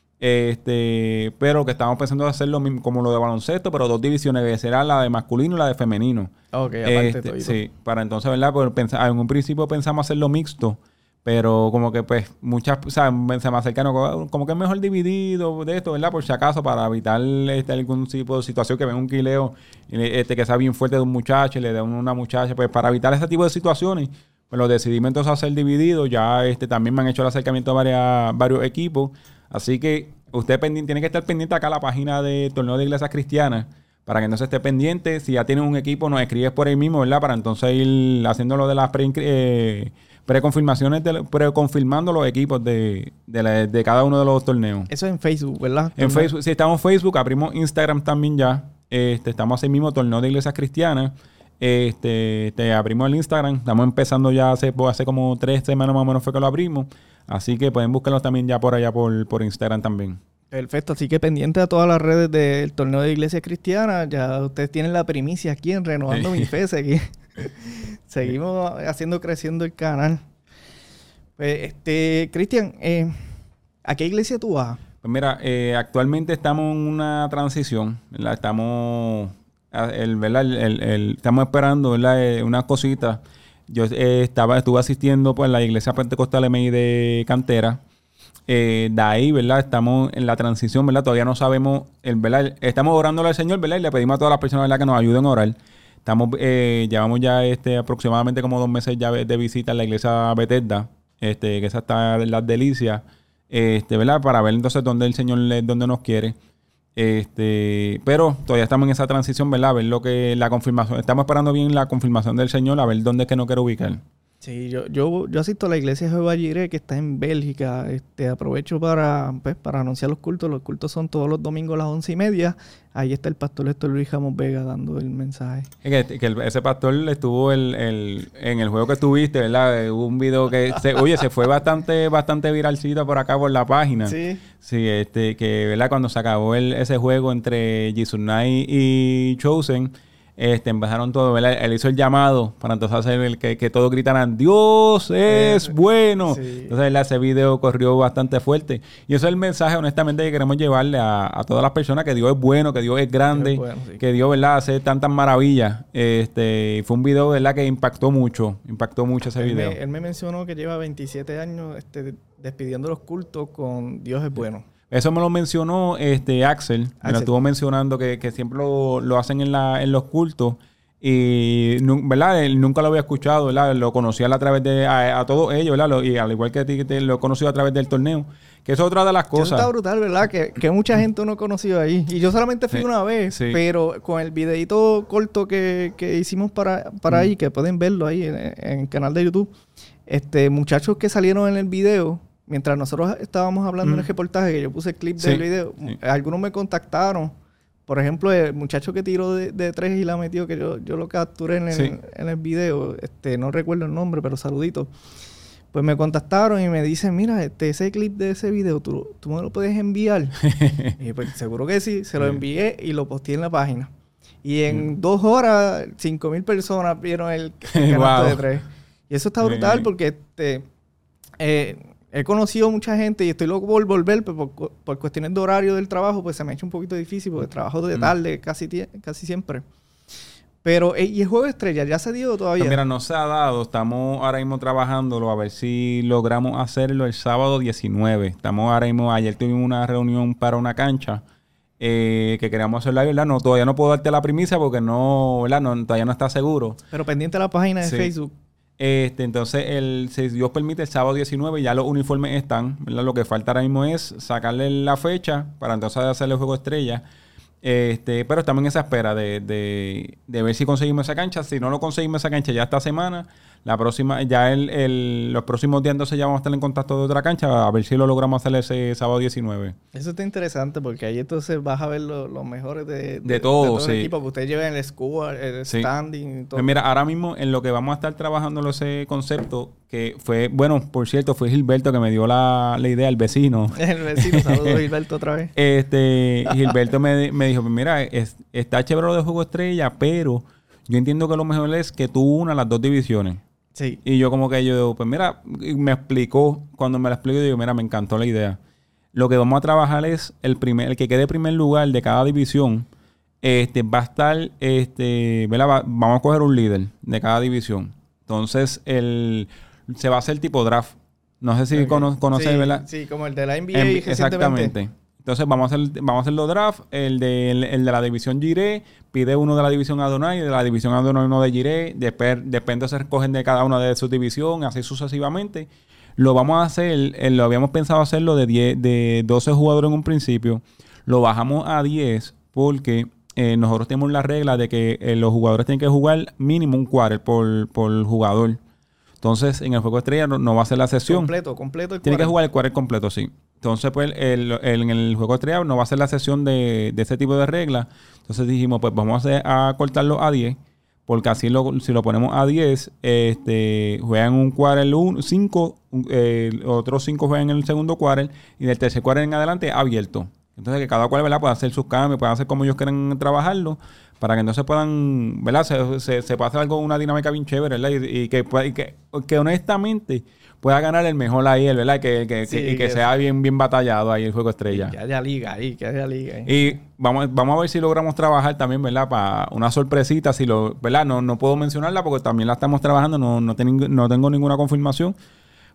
Este, pero que estamos pensando hacer lo mismo como lo de baloncesto, pero dos divisiones, que será la de masculino y la de femenino. Ok, aparte este, todo. Sí, para entonces, ¿verdad? Pues pensar, en un principio pensamos hacerlo mixto, pero como que pues muchas, o sea, se me acercan como que es mejor dividido de esto, ¿verdad? Por si acaso, para evitar este, algún tipo de situación que venga un quileo este, que sea bien fuerte de un muchacho y le dé una muchacha, pues para evitar ese tipo de situaciones, pues lo decidimos entonces hacer dividido. Ya este también me han hecho el acercamiento a varias, varios equipos. Así que usted pendiente, tiene que estar pendiente acá a la página de Torneo de Iglesias Cristianas para que entonces esté pendiente. Si ya tienes un equipo, nos escribes por ahí mismo, ¿verdad? Para entonces ir haciendo lo de las pre, eh, preconfirmaciones, de, preconfirmando los equipos de, de, la, de cada uno de los torneos. Eso es en Facebook, ¿verdad? En Facebook, sí, estamos en Facebook, abrimos Instagram también ya. Este, estamos así mismo, Torneo de Iglesias Cristianas. Este, te abrimos el Instagram. Estamos empezando ya hace, hace como tres semanas más o menos fue que lo abrimos. Así que pueden buscarlos también ya por allá por, por Instagram también. Perfecto, así que pendiente a todas las redes del Torneo de Iglesia Cristiana. Ya ustedes tienen la primicia aquí en Renovando Mi Fe. Segui Seguimos haciendo creciendo el canal. Pues, este, Cristian, eh, ¿a qué iglesia tú vas? Pues mira, eh, actualmente estamos en una transición, ¿verdad? Estamos, el, ¿verdad? El, el, el, estamos esperando, ¿verdad? Eh, unas cositas. Yo eh, estaba, estuve asistiendo pues, a la iglesia pentecostal M I de Cantera. Eh, de ahí, ¿verdad? Estamos en la transición, ¿verdad? Todavía no sabemos, el, ¿verdad? Estamos orándole al Señor, ¿verdad? Y le pedimos a todas las personas, ¿verdad? Que nos ayuden a orar. Estamos, eh, llevamos ya este aproximadamente como dos meses ya de visita a la iglesia Bethesda, este, que esa está en Las Delicias, este, ¿verdad? Para ver entonces dónde el Señor, dónde nos quiere. Este, pero todavía estamos en esa transición, ¿verdad? A ver lo que la confirmación, estamos esperando bien la confirmación del Señor, a ver dónde es que nos quiere ubicar. Sí, yo, yo, yo asisto a la iglesia de Jehová Jireh, que está en Bélgica. Este, aprovecho para, pues, para anunciar los cultos. Los cultos son todos los domingos a las once y media. Ahí está el pastor Héctor Luis Ramos Vega dando el mensaje. Que, que el, ese pastor estuvo el, el, en el juego que estuviste, ¿verdad? Hubo un video que, se, oye, se fue bastante bastante viralcito por acá por la página. Sí. Sí, este, que, ¿verdad? Cuando se acabó el, ese juego entre Jesus Knight y Chosen, Este, empezaron todo, ¿verdad? Él hizo el llamado para entonces hacer el que, que todos gritaran ¡Dios es bueno! Sí. Entonces, ¿verdad? Ese video corrió bastante fuerte. Y eso es el mensaje, honestamente, que queremos llevarle a, a todas las personas, que Dios es bueno, que Dios es grande, Dios es bueno, sí. Que Dios, ¿verdad? Hace tantas maravillas. Este, fue un video, ¿verdad? Que impactó mucho. Impactó mucho ese él video. Me, él me mencionó que lleva veintisiete años este, despidiendo los cultos con Dios es bueno. Eso me lo mencionó este Axel, Axel. Me lo estuvo mencionando que, que siempre lo, lo hacen en, la, en los cultos. Y, ¿verdad? Él nunca lo había escuchado, ¿verdad? Lo conocía a través de... A, a todos ellos, ¿verdad? Lo, y al igual que a ti, te, lo conocí a través del torneo. Que eso es otra de las cosas. Eso está brutal, ¿verdad? Que, que mucha gente no conoció ahí. Y yo solamente fui sí, una vez, sí. Pero con el videito corto que, que hicimos para, para mm. ahí, que pueden verlo ahí en, en el canal de YouTube, este muchachos que salieron en el video... Mientras nosotros estábamos hablando mm. en el reportaje, que yo puse el clip sí, del video, sí. Algunos me contactaron. Por ejemplo, el muchacho que tiró de, de tres y la metió, que yo, yo lo capturé en el, sí. en el video. Este, no recuerdo el nombre, pero saludito. Pues me contactaron y me dicen, mira, este, ese clip de ese video, ¿tú, tú me lo puedes enviar? Y pues seguro que sí. Se lo envié y lo posteé en la página. Y en mm. dos horas, cinco mil personas vieron el, el canal wow. de tres. Y eso está brutal sí. porque... este eh, he conocido mucha gente y estoy loco por volver, pero por, por cuestiones de horario del trabajo, pues se me ha hecho un poquito difícil porque trabajo de tarde casi, casi siempre. Pero, ¿y el juego de estrellas ya se dio todavía? Pues mira, no se ha dado. Estamos ahora mismo trabajándolo a ver si logramos hacerlo el sábado diecinueve. Estamos ahora mismo, ayer tuvimos una reunión para una cancha eh, que queríamos hacerla, ¿verdad? No, todavía no puedo darte la primicia porque no, ¿verdad? No, todavía no está seguro. Pero pendiente de la página de sí. Facebook. Este, entonces, el, si Dios permite, el sábado diecinueve ya los uniformes están, ¿verdad? Lo que falta ahora mismo es sacarle la fecha para entonces hacerle el juego estrella. Este, pero estamos en esa espera de, de, de ver si conseguimos esa cancha. Si no lo conseguimos esa cancha ya esta semana, la próxima, ya el, el, los próximos días entonces ya vamos a estar en contacto de otra cancha a ver si lo logramos hacer ese sábado diecinueve. Eso está interesante porque ahí entonces vas a ver los lo mejores de, de, de todo, de todo sí. el equipo que ustedes lleven el score, el sí. standing y todo. Pues mira, ahora mismo en lo que vamos a estar trabajando ese concepto, que fue, bueno, por cierto, fue Gilberto que me dio la, la idea, el vecino. El vecino, saludos Gilberto otra vez. Este, Gilberto me, me dijo, pues mira, es, está chévere lo de juego estrella, pero yo entiendo que lo mejor es que tú unas las dos divisiones. Sí. Y yo como que yo, pues mira, me explicó, cuando me la explicó, yo digo, mira, me encantó la idea. Lo que vamos a trabajar es el primer, el que quede primer lugar de cada división, este, va a estar, este, ¿verdad? Va, vamos a coger un líder de cada división. Entonces, el, se va a hacer tipo draft. No sé si okay. cono, conoces, sí, ¿verdad? Sí, como el de la N B A en, exactamente. Entonces vamos a hacer, vamos a hacer los drafts. El de, el, el de la división Jireh pide uno de la división Adonai, de la división Adonai uno de Jireh. Después, después se recogen de cada una de sus divisiones, así sucesivamente. Lo vamos a hacer, eh, lo habíamos pensado hacerlo de, diez, de doce jugadores en un principio. Lo bajamos a diez porque eh, nosotros tenemos la regla de que eh, los jugadores tienen que jugar mínimo un quarter por, por jugador. Entonces, en el juego estrella no, no va a ser la sesión. Completo, completo el Tiene que jugar el quarter completo, sí. Entonces, pues, el, el, en el juego estrella no va a ser la sesión de, de ese tipo de reglas. Entonces dijimos, pues vamos a, hacer, a cortarlo a diez. Porque así lo, si lo ponemos a diez, este, juegan un quarter cinco, eh, otros cinco juegan en el segundo quarter y del tercer quarter en adelante abierto. Entonces, que cada cual, ¿verdad?, pueda hacer sus cambios, pueda hacer como ellos quieran trabajarlo, para que entonces puedan, ¿verdad?, se, se, se pueda hacer algo, una dinámica bien chévere, ¿verdad? Y, y, que, y que, que honestamente pueda ganar el mejor ahí, ¿verdad? Que, que, sí, que, y que, que sea bien, bien batallado ahí el juego estrella. Que haya liga ahí, que haya liga ahí. Y vamos, vamos a ver si logramos trabajar también, ¿verdad? Para una sorpresita, si lo, ¿verdad? No, no puedo mencionarla porque también la estamos trabajando, no, no, ten, no tengo ninguna confirmación.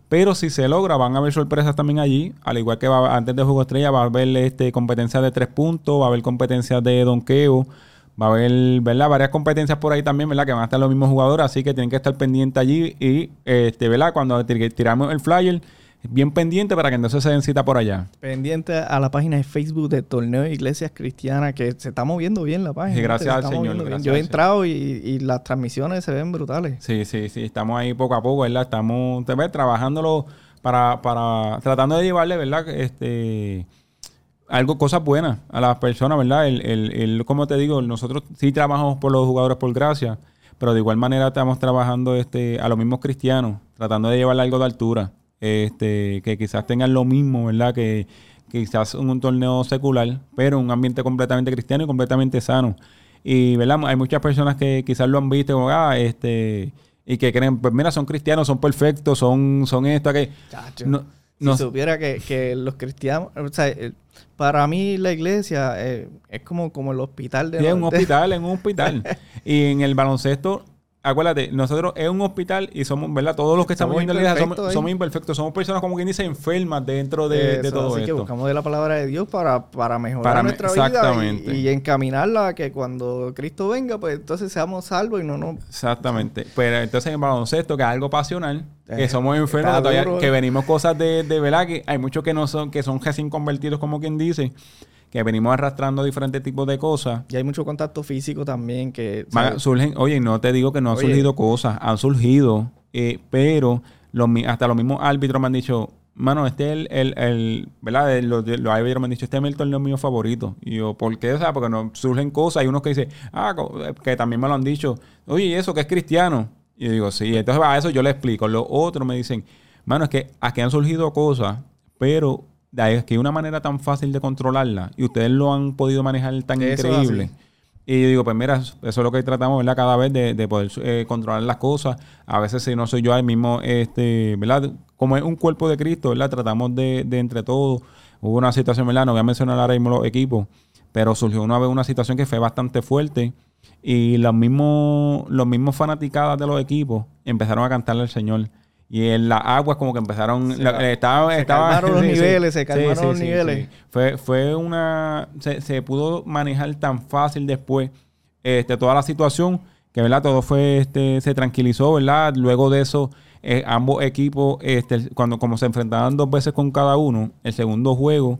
Pero si se logra, van a haber sorpresas también allí. Al igual que va, antes de Juego Estrella va a haber este, competencias de tres puntos, va a haber competencias de donqueo, va a haber, ¿verdad? Varias competencias por ahí también, ¿verdad? Que van a estar los mismos jugadores, así que tienen que estar pendientes allí. Y, este, ¿verdad? Cuando tiramos el flyer, bien pendiente para que entonces se den cita por allá. Pendiente a la página de Facebook de Torneo de Iglesias Cristianas, que se está moviendo bien la página. Sí, gracias al Señor. Gracias Yo he entrado y, y las transmisiones se ven brutales. Sí, sí, sí. Estamos ahí poco a poco, ¿verdad? Estamos te ves, trabajándolo para, para... Tratando de llevarle, ¿verdad? Este... Algo, cosas buenas a las personas, ¿verdad? El, el, el, como te digo, nosotros sí trabajamos por los jugadores por gracia, pero de igual manera estamos trabajando este, a los mismos cristianos, tratando de llevarle algo de altura. Este, que quizás tengan lo mismo, ¿verdad? Que, que quizás un, un torneo secular, pero un ambiente completamente cristiano y completamente sano. Y, ¿verdad? Hay muchas personas que quizás lo han visto como, ah, este, y que creen, pues mira, son cristianos, son perfectos, son, son esto, que... No, si no, supiera que, que los cristianos, o sea, para mí la iglesia eh, es como, como el hospital de... Sí, es un hospital, es un hospital. Y en el baloncesto... Acuérdate, nosotros es un hospital y somos, ¿verdad? Todos los que estamos en la iglesia somos, somos imperfectos. Somos personas, como quien dice, enfermas dentro de, Eso, de todo así esto. Así que buscamos de la palabra de Dios para, para mejorar para nuestra me, vida y, y encaminarla a que cuando Cristo venga, pues entonces seamos salvos y no nos... Exactamente. Pero entonces en el baloncesto, que es algo pasional, eh, que somos enfermos, que, todavía, que venimos cosas de, de, ¿verdad? Que hay muchos que no son, que son recién convertidos, como quien dice, que venimos arrastrando diferentes tipos de cosas. Y hay mucho contacto físico también que... Man, surgen, oye, no te digo que no han oye. surgido cosas, han surgido, eh, pero los, hasta los mismos árbitros me han dicho, mano, este es el, el, el ¿verdad? Los, los árbitros me han dicho, este es el torneo mío favorito. Y yo, ¿por qué? O sea, porque no surgen cosas. Hay unos que dicen, ah, que también me lo han dicho, oye, ¿y eso que es cristiano? Y yo digo, sí. Entonces a eso yo le explico. Los otros me dicen, mano, es que aquí han surgido cosas, pero... es que hay una manera tan fácil de controlarla y ustedes lo han podido manejar tan eso increíble. Y yo digo, pues mira, eso es lo que tratamos, ¿verdad? Cada vez de, de poder eh, controlar las cosas. A veces si no soy yo el mismo, este, ¿verdad? Como es un cuerpo de Cristo, ¿verdad? Tratamos de, de entre todos. Hubo una situación, ¿verdad? No voy a mencionar ahora mismo los equipos, pero surgió una vez una situación que fue bastante fuerte y los mismos, los mismos fanaticadas de los equipos empezaron a cantarle al Señor. Y en las aguas como que empezaron... Se, la, se estaba, estaba, calmaron los sí, niveles, sí, se calmaron sí, los sí, niveles. Sí, sí. Fue, fue una... Se, se pudo manejar tan fácil después este, toda la situación que, ¿verdad? Todo fue... este se tranquilizó, ¿verdad? Luego de eso, eh, ambos equipos, este, cuando como se enfrentaban dos veces con cada uno, el segundo juego,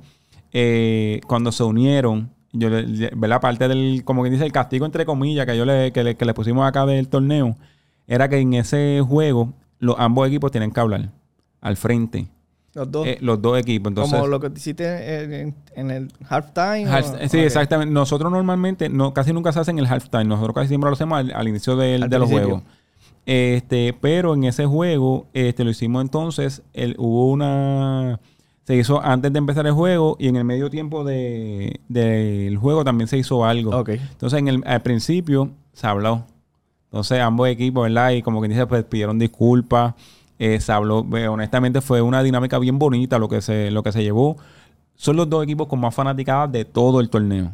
eh, cuando se unieron, yo le, ¿verdad? Parte del... Como quien dice, el castigo, entre comillas, que yo le, que le, que le pusimos acá del torneo, era que en ese juego... Los, ambos equipos tienen que hablar al frente. Los dos. Eh, los dos equipos. Entonces, como lo que hiciste en, en el halftime. Half, o, sí, okay. exactamente. Nosotros normalmente, no, casi nunca se hace en el halftime. Nosotros casi siempre lo hacemos al, al inicio del, al de los juegos. Este, pero en ese juego, este, lo hicimos entonces, el, hubo una... Se hizo antes de empezar el juego y en el medio tiempo de, del juego también se hizo algo. Okay. Entonces, en el, al principio se habló. Entonces, ambos equipos, ¿verdad? Y como que dice, pues pidieron disculpas. Eh, se habló, eh, honestamente, fue una dinámica bien bonita lo que se, lo que se llevó. Son los dos equipos con más fanaticadas de todo el torneo.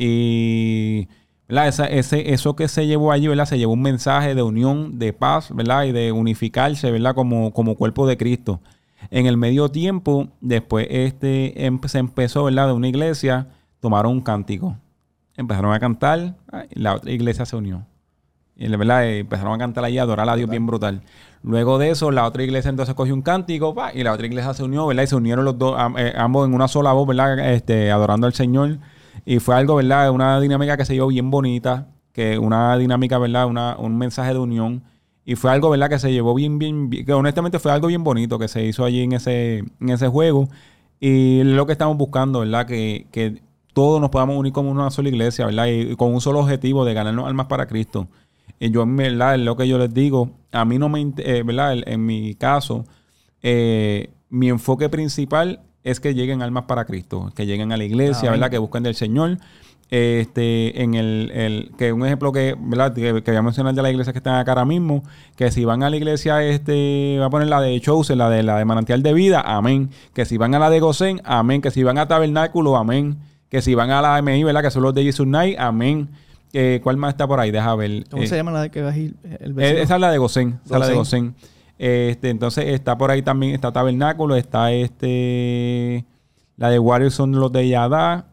Y, ¿verdad? Esa, ese, eso que se llevó allí, ¿verdad? Se llevó un mensaje de unión, de paz, ¿verdad? Y de unificarse, ¿verdad? Como, como cuerpo de Cristo. En el medio tiempo, después este em, se empezó, ¿verdad? De una iglesia, tomaron un cántico. Empezaron a cantar y la otra iglesia se unió. Y la verdad, eh, empezaron a cantar allí, a adorar a Dios bien brutal. Luego de eso, la otra iglesia entonces cogió un cántico, pa, y la otra iglesia se unió, ¿verdad? Y se unieron los dos, eh, ambos en una sola voz, ¿verdad? Este, adorando al Señor. Y fue algo, ¿verdad? Una dinámica que se dio bien bonita, que una dinámica, ¿verdad? Una, un mensaje de unión. Y fue algo, ¿verdad? Que se llevó bien, bien, bien, que honestamente fue algo bien bonito que se hizo allí en ese, en ese juego. Y lo que estamos buscando, ¿verdad? Que, que todos nos podamos unir como una sola iglesia, ¿verdad? Y, y con un solo objetivo de ganarnos almas para Cristo. Y yo, en verdad, es lo que yo les digo, a mí no me, eh, ¿verdad? En mi caso, eh, mi enfoque principal es que lleguen almas para Cristo, que lleguen a la iglesia, Amén. ¿Verdad? Que busquen del Señor. Este, en el, el, que un ejemplo que, ¿verdad? Que, que voy a mencionar de la iglesia que están acá ahora mismo, que si van a la iglesia, este, va a poner la de Chosen, la de la de Manantial de Vida, amén. Que si van a la de Gosén, amén. Que si van a Tabernáculo, amén. Que si van a la M I, ¿verdad? Que son los de Jesus Night, amén. Eh, ¿Cuál más está por ahí? Deja ver. ¿Cómo eh, se llama la de que va a ir el vecino? Esa es la de Gosén. Esa es la de Gosén. Este, entonces está por ahí también, está Tabernáculo, está este, la de Warriors son los de Yadá,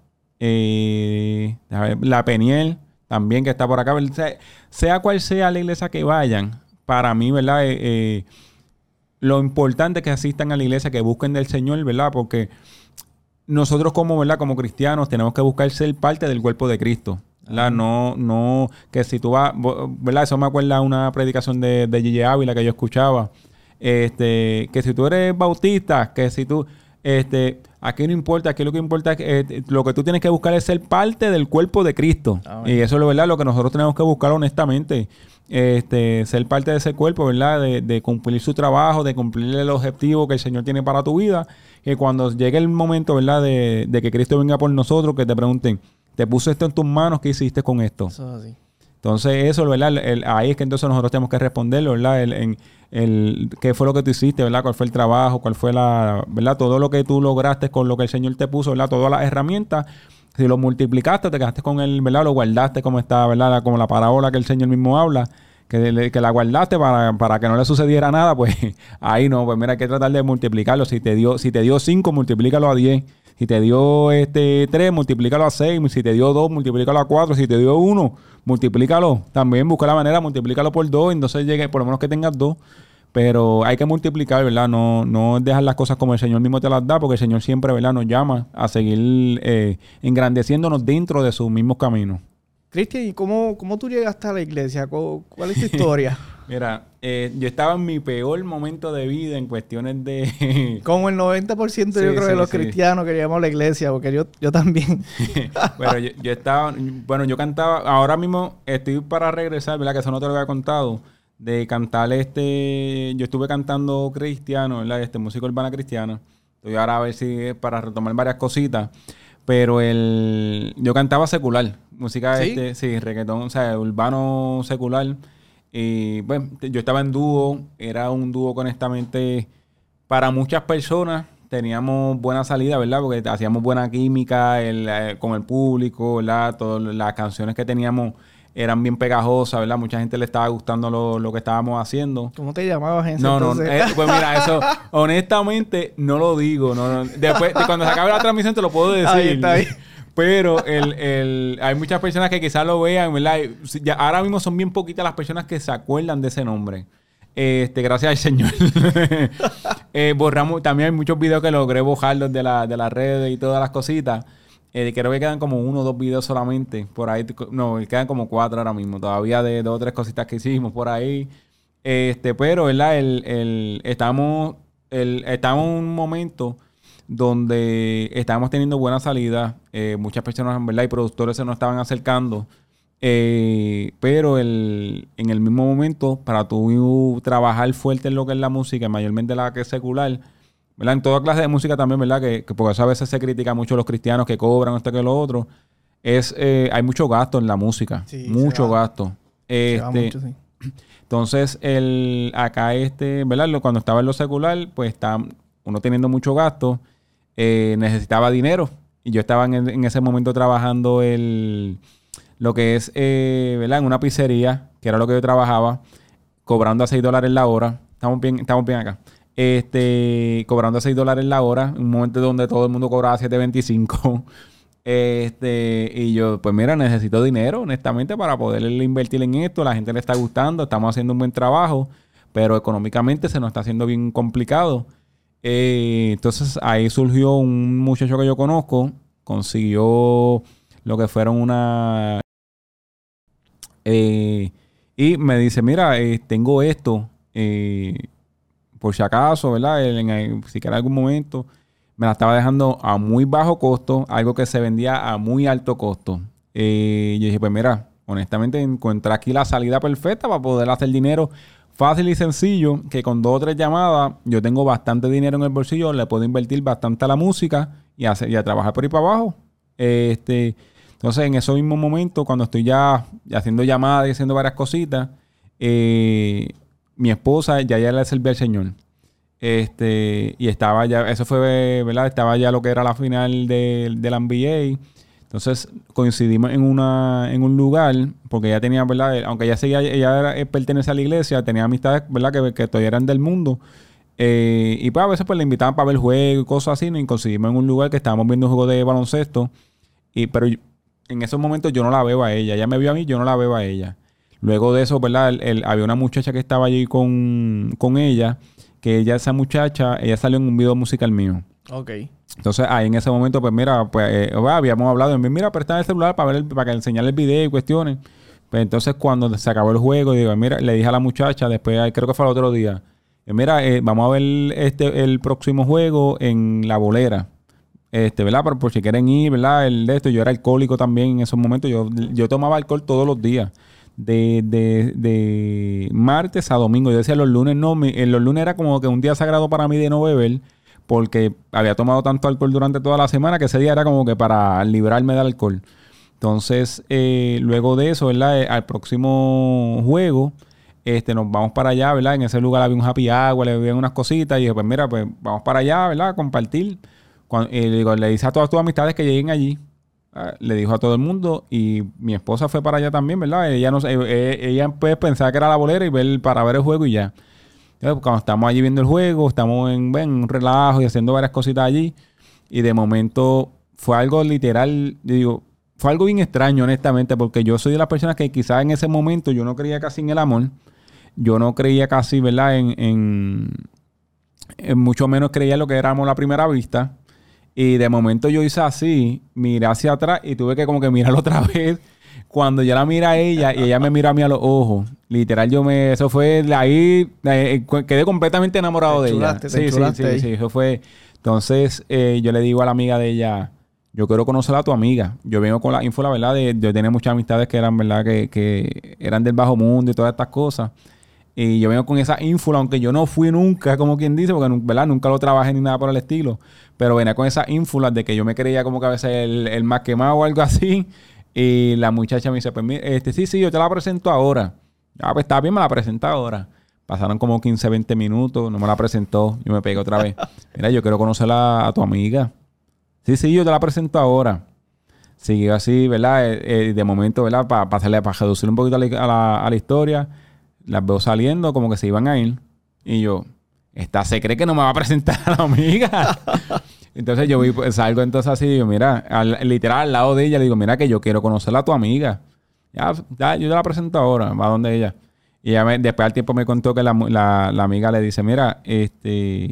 eh, la Peniel también que está por acá. O sea, sea cual sea la iglesia que vayan, para mí, ¿verdad? Eh, eh, lo importante es que asistan a la iglesia, que busquen del Señor, ¿verdad? Porque nosotros como, ¿verdad? Como cristianos tenemos que buscar ser parte del cuerpo de Cristo. ¿Verdad? No, no, que si tú vas, ¿verdad? Eso me acuerda una predicación de, de Gigi Ávila que yo escuchaba. Este, que si tú eres bautista, que si tú, este, aquí no importa, aquí lo que importa es que eh, lo que tú tienes que buscar es ser parte del cuerpo de Cristo. Amén. Y eso es lo, ¿verdad? Lo que nosotros tenemos que buscar honestamente. Este, ser parte de ese cuerpo, ¿verdad? De, de cumplir su trabajo, de cumplir el objetivo que el Señor tiene para tu vida. Que cuando llegue el momento, ¿verdad? De, de que Cristo venga por nosotros, que te pregunten, te puso esto en tus manos, ¿qué hiciste con esto? Eso es así. Entonces, eso, ¿verdad? El, el, ahí es que entonces nosotros tenemos que responderlo, ¿verdad? El, en, el, ¿qué fue lo que tú hiciste, ¿verdad? ¿Cuál fue el trabajo? ¿Cuál fue la, ¿verdad? Todo lo que tú lograste con lo que el Señor te puso, ¿verdad? Todas las herramientas. Si lo multiplicaste, te quedaste con él, ¿verdad? Lo guardaste como está, ¿verdad? Como la parábola que el Señor mismo habla, que, que la guardaste para, para que no le sucediera nada, pues ahí no, pues mira, hay que tratar de multiplicarlo. Si te dio, si te dio cinco, multiplícalo a diez. Si te dio este tres, multiplícalo a seis. Si te dio dos, multiplícalo a cuatro. Si te dio uno, multiplícalo. También busca la manera, multiplícalo por dos. Entonces llegue, por lo menos que tengas dos. Pero hay que multiplicar, ¿verdad? No, no dejar las cosas como el Señor mismo te las da, porque el Señor siempre, ¿verdad? Nos llama a seguir eh, engrandeciéndonos dentro de sus mismos caminos. Cristian, ¿y cómo, cómo tú llegaste a la iglesia? ¿Cuál es tu historia? Mira, eh, yo estaba en mi peor momento de vida en cuestiones de... Como el noventa por ciento sí, yo creo sí, de los sí. cristianos queríamos la iglesia, porque yo, yo también. Bueno, yo, yo estaba... Bueno, yo cantaba... Ahora mismo estoy para regresar, ¿verdad? Que eso no te lo había contado. De cantar este... Yo estuve cantando cristiano, ¿verdad? Este, música urbana cristiana. Estoy ahora a ver si... Para retomar varias cositas. Pero el... Yo cantaba secular. Música, ¿sí? este... Sí, reggaetón, o sea, urbano secular. Y bueno, yo estaba en dúo, era un dúo que honestamente para muchas personas teníamos buena salida, ¿verdad? Porque hacíamos buena química el, eh, con el público, ¿verdad? Todas las canciones que teníamos eran bien pegajosas, ¿verdad? Mucha gente le estaba gustando lo, lo que estábamos haciendo. ¿Cómo te llamabas en ese No, no, eh, pues mira, eso honestamente no lo digo. No, no. Después, de cuando se acabe la transmisión te lo puedo decir. Ahí está ahí. Pero el, el, hay muchas personas que quizás lo vean, ¿verdad? Ya, ahora mismo son bien poquitas las personas que se acuerdan de ese nombre. Este, gracias al Señor. eh, borramos, también hay muchos videos que logré borrarlos de, la, de las redes y todas las cositas. Eh, creo que quedan como uno o dos videos solamente. Por ahí, no, quedan como cuatro ahora mismo. Todavía de dos o tres cositas que hicimos por ahí. Este, pero, ¿verdad? El, el, estamos, el, estamos en un momento donde estábamos teniendo buena salida. Eh, muchas personas, ¿verdad? Y productores se nos estaban acercando. Eh, pero el, en el mismo momento, para tú trabajar fuerte en lo que es la música, mayormente la que es secular, ¿verdad? En toda clase de música también, ¿verdad? Que, que porque eso a veces se critica mucho a los cristianos que cobran esto que lo otro. Es, eh, hay mucho gasto en la música. Sí, mucho gasto. Este, mucho, sí. Entonces, el, acá este, ¿verdad? Cuando estaba en lo secular, pues está uno teniendo mucho gasto. Eh, necesitaba dinero y yo estaba en, en ese momento trabajando el, lo que es, eh, ¿verdad? En una pizzería, que era lo que yo trabajaba, cobrando a seis dólares la hora. Estamos bien, estamos bien acá. Este, cobrando a seis dólares la hora, un momento donde todo el mundo cobraba siete veinticinco. Este, y yo, pues mira, necesito dinero, honestamente, para poder invertir en esto. La gente le está gustando, estamos haciendo un buen trabajo, pero económicamente se nos está haciendo bien complicado. Eh, entonces ahí surgió un muchacho que yo conozco, consiguió lo que fueron una eh, y me dice, mira, eh, tengo esto, eh, por si acaso, ¿verdad? En, en, si quiera algún momento, me la estaba dejando a muy bajo costo, algo que se vendía a muy alto costo. Eh, yo dije, pues mira, honestamente encontré aquí la salida perfecta para poder hacer dinero fácil y sencillo, que con dos o tres llamadas yo tengo bastante dinero en el bolsillo, le puedo invertir bastante a la música y a, y a trabajar por ahí para abajo. Este, entonces, en ese mismo momento, cuando estoy ya haciendo llamadas y haciendo varias cositas, eh, mi esposa ya, ya le servía al Señor. Este, y estaba ya, eso fue, ¿verdad? Estaba ya lo que era la final de, de la N B A. Entonces coincidimos en una en un lugar, porque ella tenía, ¿verdad? Aunque ella seguía, ella era, eh, pertenece a la iglesia, tenía amistades, ¿verdad? Que, que todavía eran del mundo. Eh, y pues a veces pues le invitaban para ver juegos y cosas así, ¿no? Y coincidimos en un lugar que estábamos viendo un juego de baloncesto. Y, pero yo, en esos momentos yo no la veo a ella. Ella me vio a mí, yo no la veo a ella. Luego de eso, ¿verdad? El, el, había una muchacha que estaba allí con, con ella, que ella, esa muchacha, ella salió en un video musical mío. Ok. Entonces, ahí en ese momento, pues mira, pues eh, habíamos hablado, mira, presta el celular para ver el, para que enseñarle el video y cuestiones. Pues entonces, cuando se acabó el juego, digo, mira, le dije a la muchacha, después, creo que fue el otro día, mira, eh, vamos a ver este el próximo juego en La Bolera. Este, ¿verdad? Por, por si quieren ir, ¿verdad? El de esto, yo era alcohólico también en esos momentos. Yo, yo tomaba alcohol todos los días. De, de, de martes a domingo. Yo decía los lunes no. Mi, en los lunes era como que un día sagrado para mí de no beber. Porque había tomado tanto alcohol durante toda la semana que ese día era como que para librarme del alcohol. Entonces, eh, luego de eso, ¿verdad? Eh, al próximo juego, este, nos vamos para allá, ¿verdad? En ese lugar había un happy hour, le había unas cositas. Y dije, pues mira, pues vamos para allá, ¿verdad? A compartir. Cuando, eh, le, digo, le dice a todas tus amistades que lleguen allí. Ah, le dijo a todo el mundo. Y mi esposa fue para allá también, ¿verdad? Ella no eh, ella pues pensaba que era La Bolera y ver, para ver el juego y ya. Entonces, cuando estamos allí viendo el juego, estamos en, en un relajo y haciendo varias cositas allí. Y de momento fue algo literal, digo, fue algo bien extraño, honestamente, porque yo soy de las personas que quizás en ese momento yo no creía casi en el amor. Yo no creía casi, ¿verdad? En, en, en mucho menos creía en lo que era amor a primera vista. Y de momento yo hice así, miré hacia atrás y tuve que como que mirar otra vez. Cuando yo la mira a ella y ella me mira a mí a los ojos, literal yo me... Eso fue de ahí... Eh, quedé completamente enamorado de ella. Te Sí, sí, sí, sí, sí. Eso fue... Entonces eh, yo le digo a la amiga de ella, yo quiero conocer a tu amiga. Yo vengo con la info, la verdad, de... Yo tenía muchas amistades que eran, ¿verdad? Que, que eran del bajo mundo y todas estas cosas. Y yo vengo con esa ínfula, aunque yo no fui nunca, como quien dice, porque ¿verdad? Nunca lo trabajé ni nada por el estilo. Pero venía con esa ínfula de que yo me creía como que a veces el, el más quemado o algo así. Y la muchacha me dice, pues mira, este, sí, sí, yo te la presento ahora. Ah, pues está bien, me la presenta ahora. Pasaron como quince, veinte minutos, no me la presentó. Yo me pegué otra vez. Mira, yo quiero conocer a, a tu amiga. Sí, sí, yo te la presento ahora. Siguió así, ¿verdad? Eh, eh, de momento, ¿verdad? Para pa para reducir un poquito a la, a, la, a la historia. Las veo saliendo como que se iban a ir. Y yo, esta se cree que no me va a presentar a la amiga. Entonces yo vi, pues, salgo entonces así y digo, mira, al, literal al lado de ella, le digo, mira que yo quiero conocerla a tu amiga. Ya, ya, yo te la presento ahora, va donde ella. Y ella me, después al tiempo me contó que la, la, la amiga le dice, mira, este,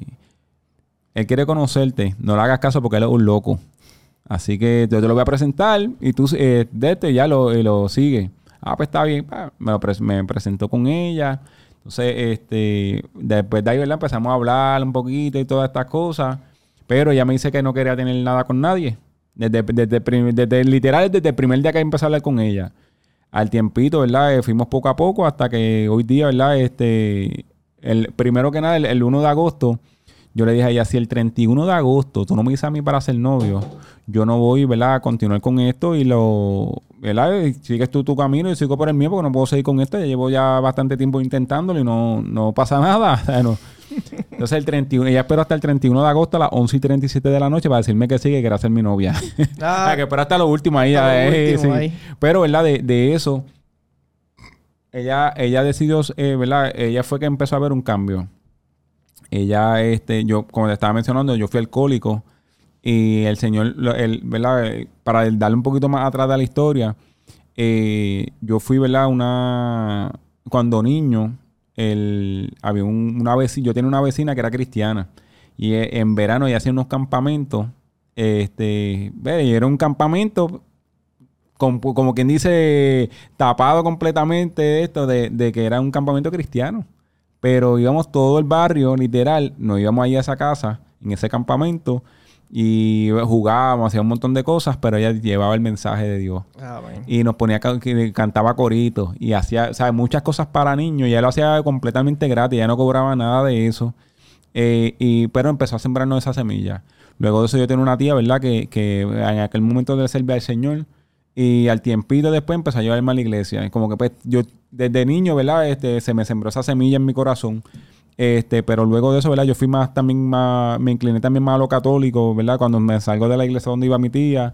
él quiere conocerte, no le hagas caso porque él es un loco. Así que yo te lo voy a presentar y tú eh, de este ya lo, eh, lo sigues. Ah, pues está bien. Me, lo pre me presentó con ella. Entonces, este, después de ahí, ¿verdad? Empezamos a hablar un poquito y todas estas cosas. Pero ella me dice que no quería tener nada con nadie. Desde, desde, desde, desde literal, desde el primer día que empecé a hablar con ella. Al tiempito, ¿verdad? Eh, fuimos poco a poco hasta que hoy día, ¿verdad? Este, el, primero que nada, el, el uno de agosto, yo le dije a ella, si el treinta y uno de agosto tú no me dices a mí para ser novio, yo no voy, ¿verdad? A continuar con esto y lo... ¿verdad? Sigues tú tu camino y sigo por el mío porque no puedo seguir con esto. Ya llevo ya bastante tiempo intentándolo y no, no pasa nada. O sea, no. Entonces el treinta y uno, ella esperó hasta el treinta y uno de agosto a las once y treinta y siete de la noche para decirme que sí, que quería ser mi novia. Ah, que esperó hasta lo último ahí. Hasta eh, lo último sí. ahí. Pero, ¿verdad? De, de eso, ella, ella decidió, eh, ¿verdad? Ella fue que empezó a ver un cambio. Ella, este, yo, como te estaba mencionando, yo fui alcohólico. Y el señor, el, ¿verdad? Para darle un poquito más atrás de la historia, eh, yo fui, ¿verdad? Una... Cuando niño, el, había un, una vecina, yo tenía una vecina que era cristiana. Y eh, en verano ella hacía unos campamentos. Este, ve, y era un campamento, con, como quien dice, tapado completamente de esto, de, de que era un campamento cristiano. Pero íbamos todo el barrio, literal, nos íbamos ahí a esa casa, en ese campamento, y jugábamos, hacía un montón de cosas, pero ella llevaba el mensaje de Dios. Ah, bueno. Y nos ponía, que cantaba coritos y hacía, o sea, muchas cosas para niños. Y ella lo hacía completamente gratis, ella no cobraba nada de eso. Eh, y, pero empezó a sembrarnos esa semilla. Luego de eso yo tenía una tía, ¿verdad? Que, que en aquel momento le servía al Señor. Y al tiempito después empezó a llevarme a la iglesia. Y como que pues yo desde niño, ¿verdad? Este, se me sembró esa semilla en mi corazón. Este, pero luego de eso, ¿verdad? Yo fui más también más, me incliné también más a lo católico, ¿verdad? Cuando me salgo de la iglesia donde iba mi tía,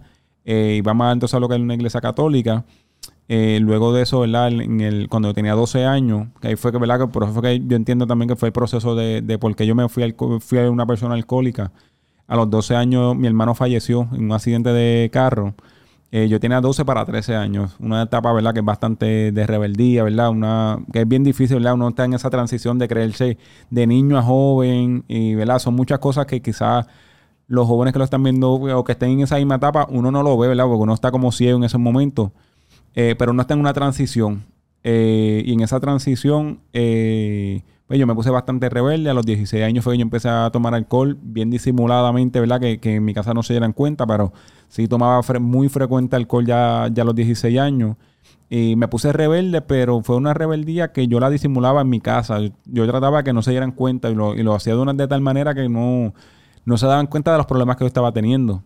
Eh, iba más entonces a lo que era una iglesia católica. Eh, luego de eso, ¿verdad? En el, cuando yo tenía doce años, que ahí fue que, ¿verdad? Que por eso fue que yo entiendo también que fue el proceso de, de por qué yo me fui, al, fui a una persona alcohólica. A los doce años mi hermano falleció en un accidente de carro. Eh, yo tenía doce para trece años. Una etapa, ¿verdad? Que es bastante de rebeldía, ¿verdad? Una, que es bien difícil, ¿verdad? Uno está en esa transición de creerse de niño a joven y, ¿verdad? Son muchas cosas que quizás los jóvenes que lo están viendo o que estén en esa misma etapa, uno no lo ve, ¿verdad? Porque uno está como ciego en esos momentos. Eh, pero uno está en una transición. Eh, y en esa transición, eh, pues yo me puse bastante rebelde. A los dieciséis años fue que yo empecé a tomar alcohol bien disimuladamente, ¿verdad? Que, que en mi casa no se dieran cuenta, pero sí tomaba fre- muy frecuente alcohol ya, ya a los dieciséis años. Y me puse rebelde, pero fue una rebeldía que yo la disimulaba en mi casa. Yo, yo trataba que no se dieran cuenta y lo, y lo hacía de, una, de tal manera que no, no se daban cuenta de los problemas que yo estaba teniendo.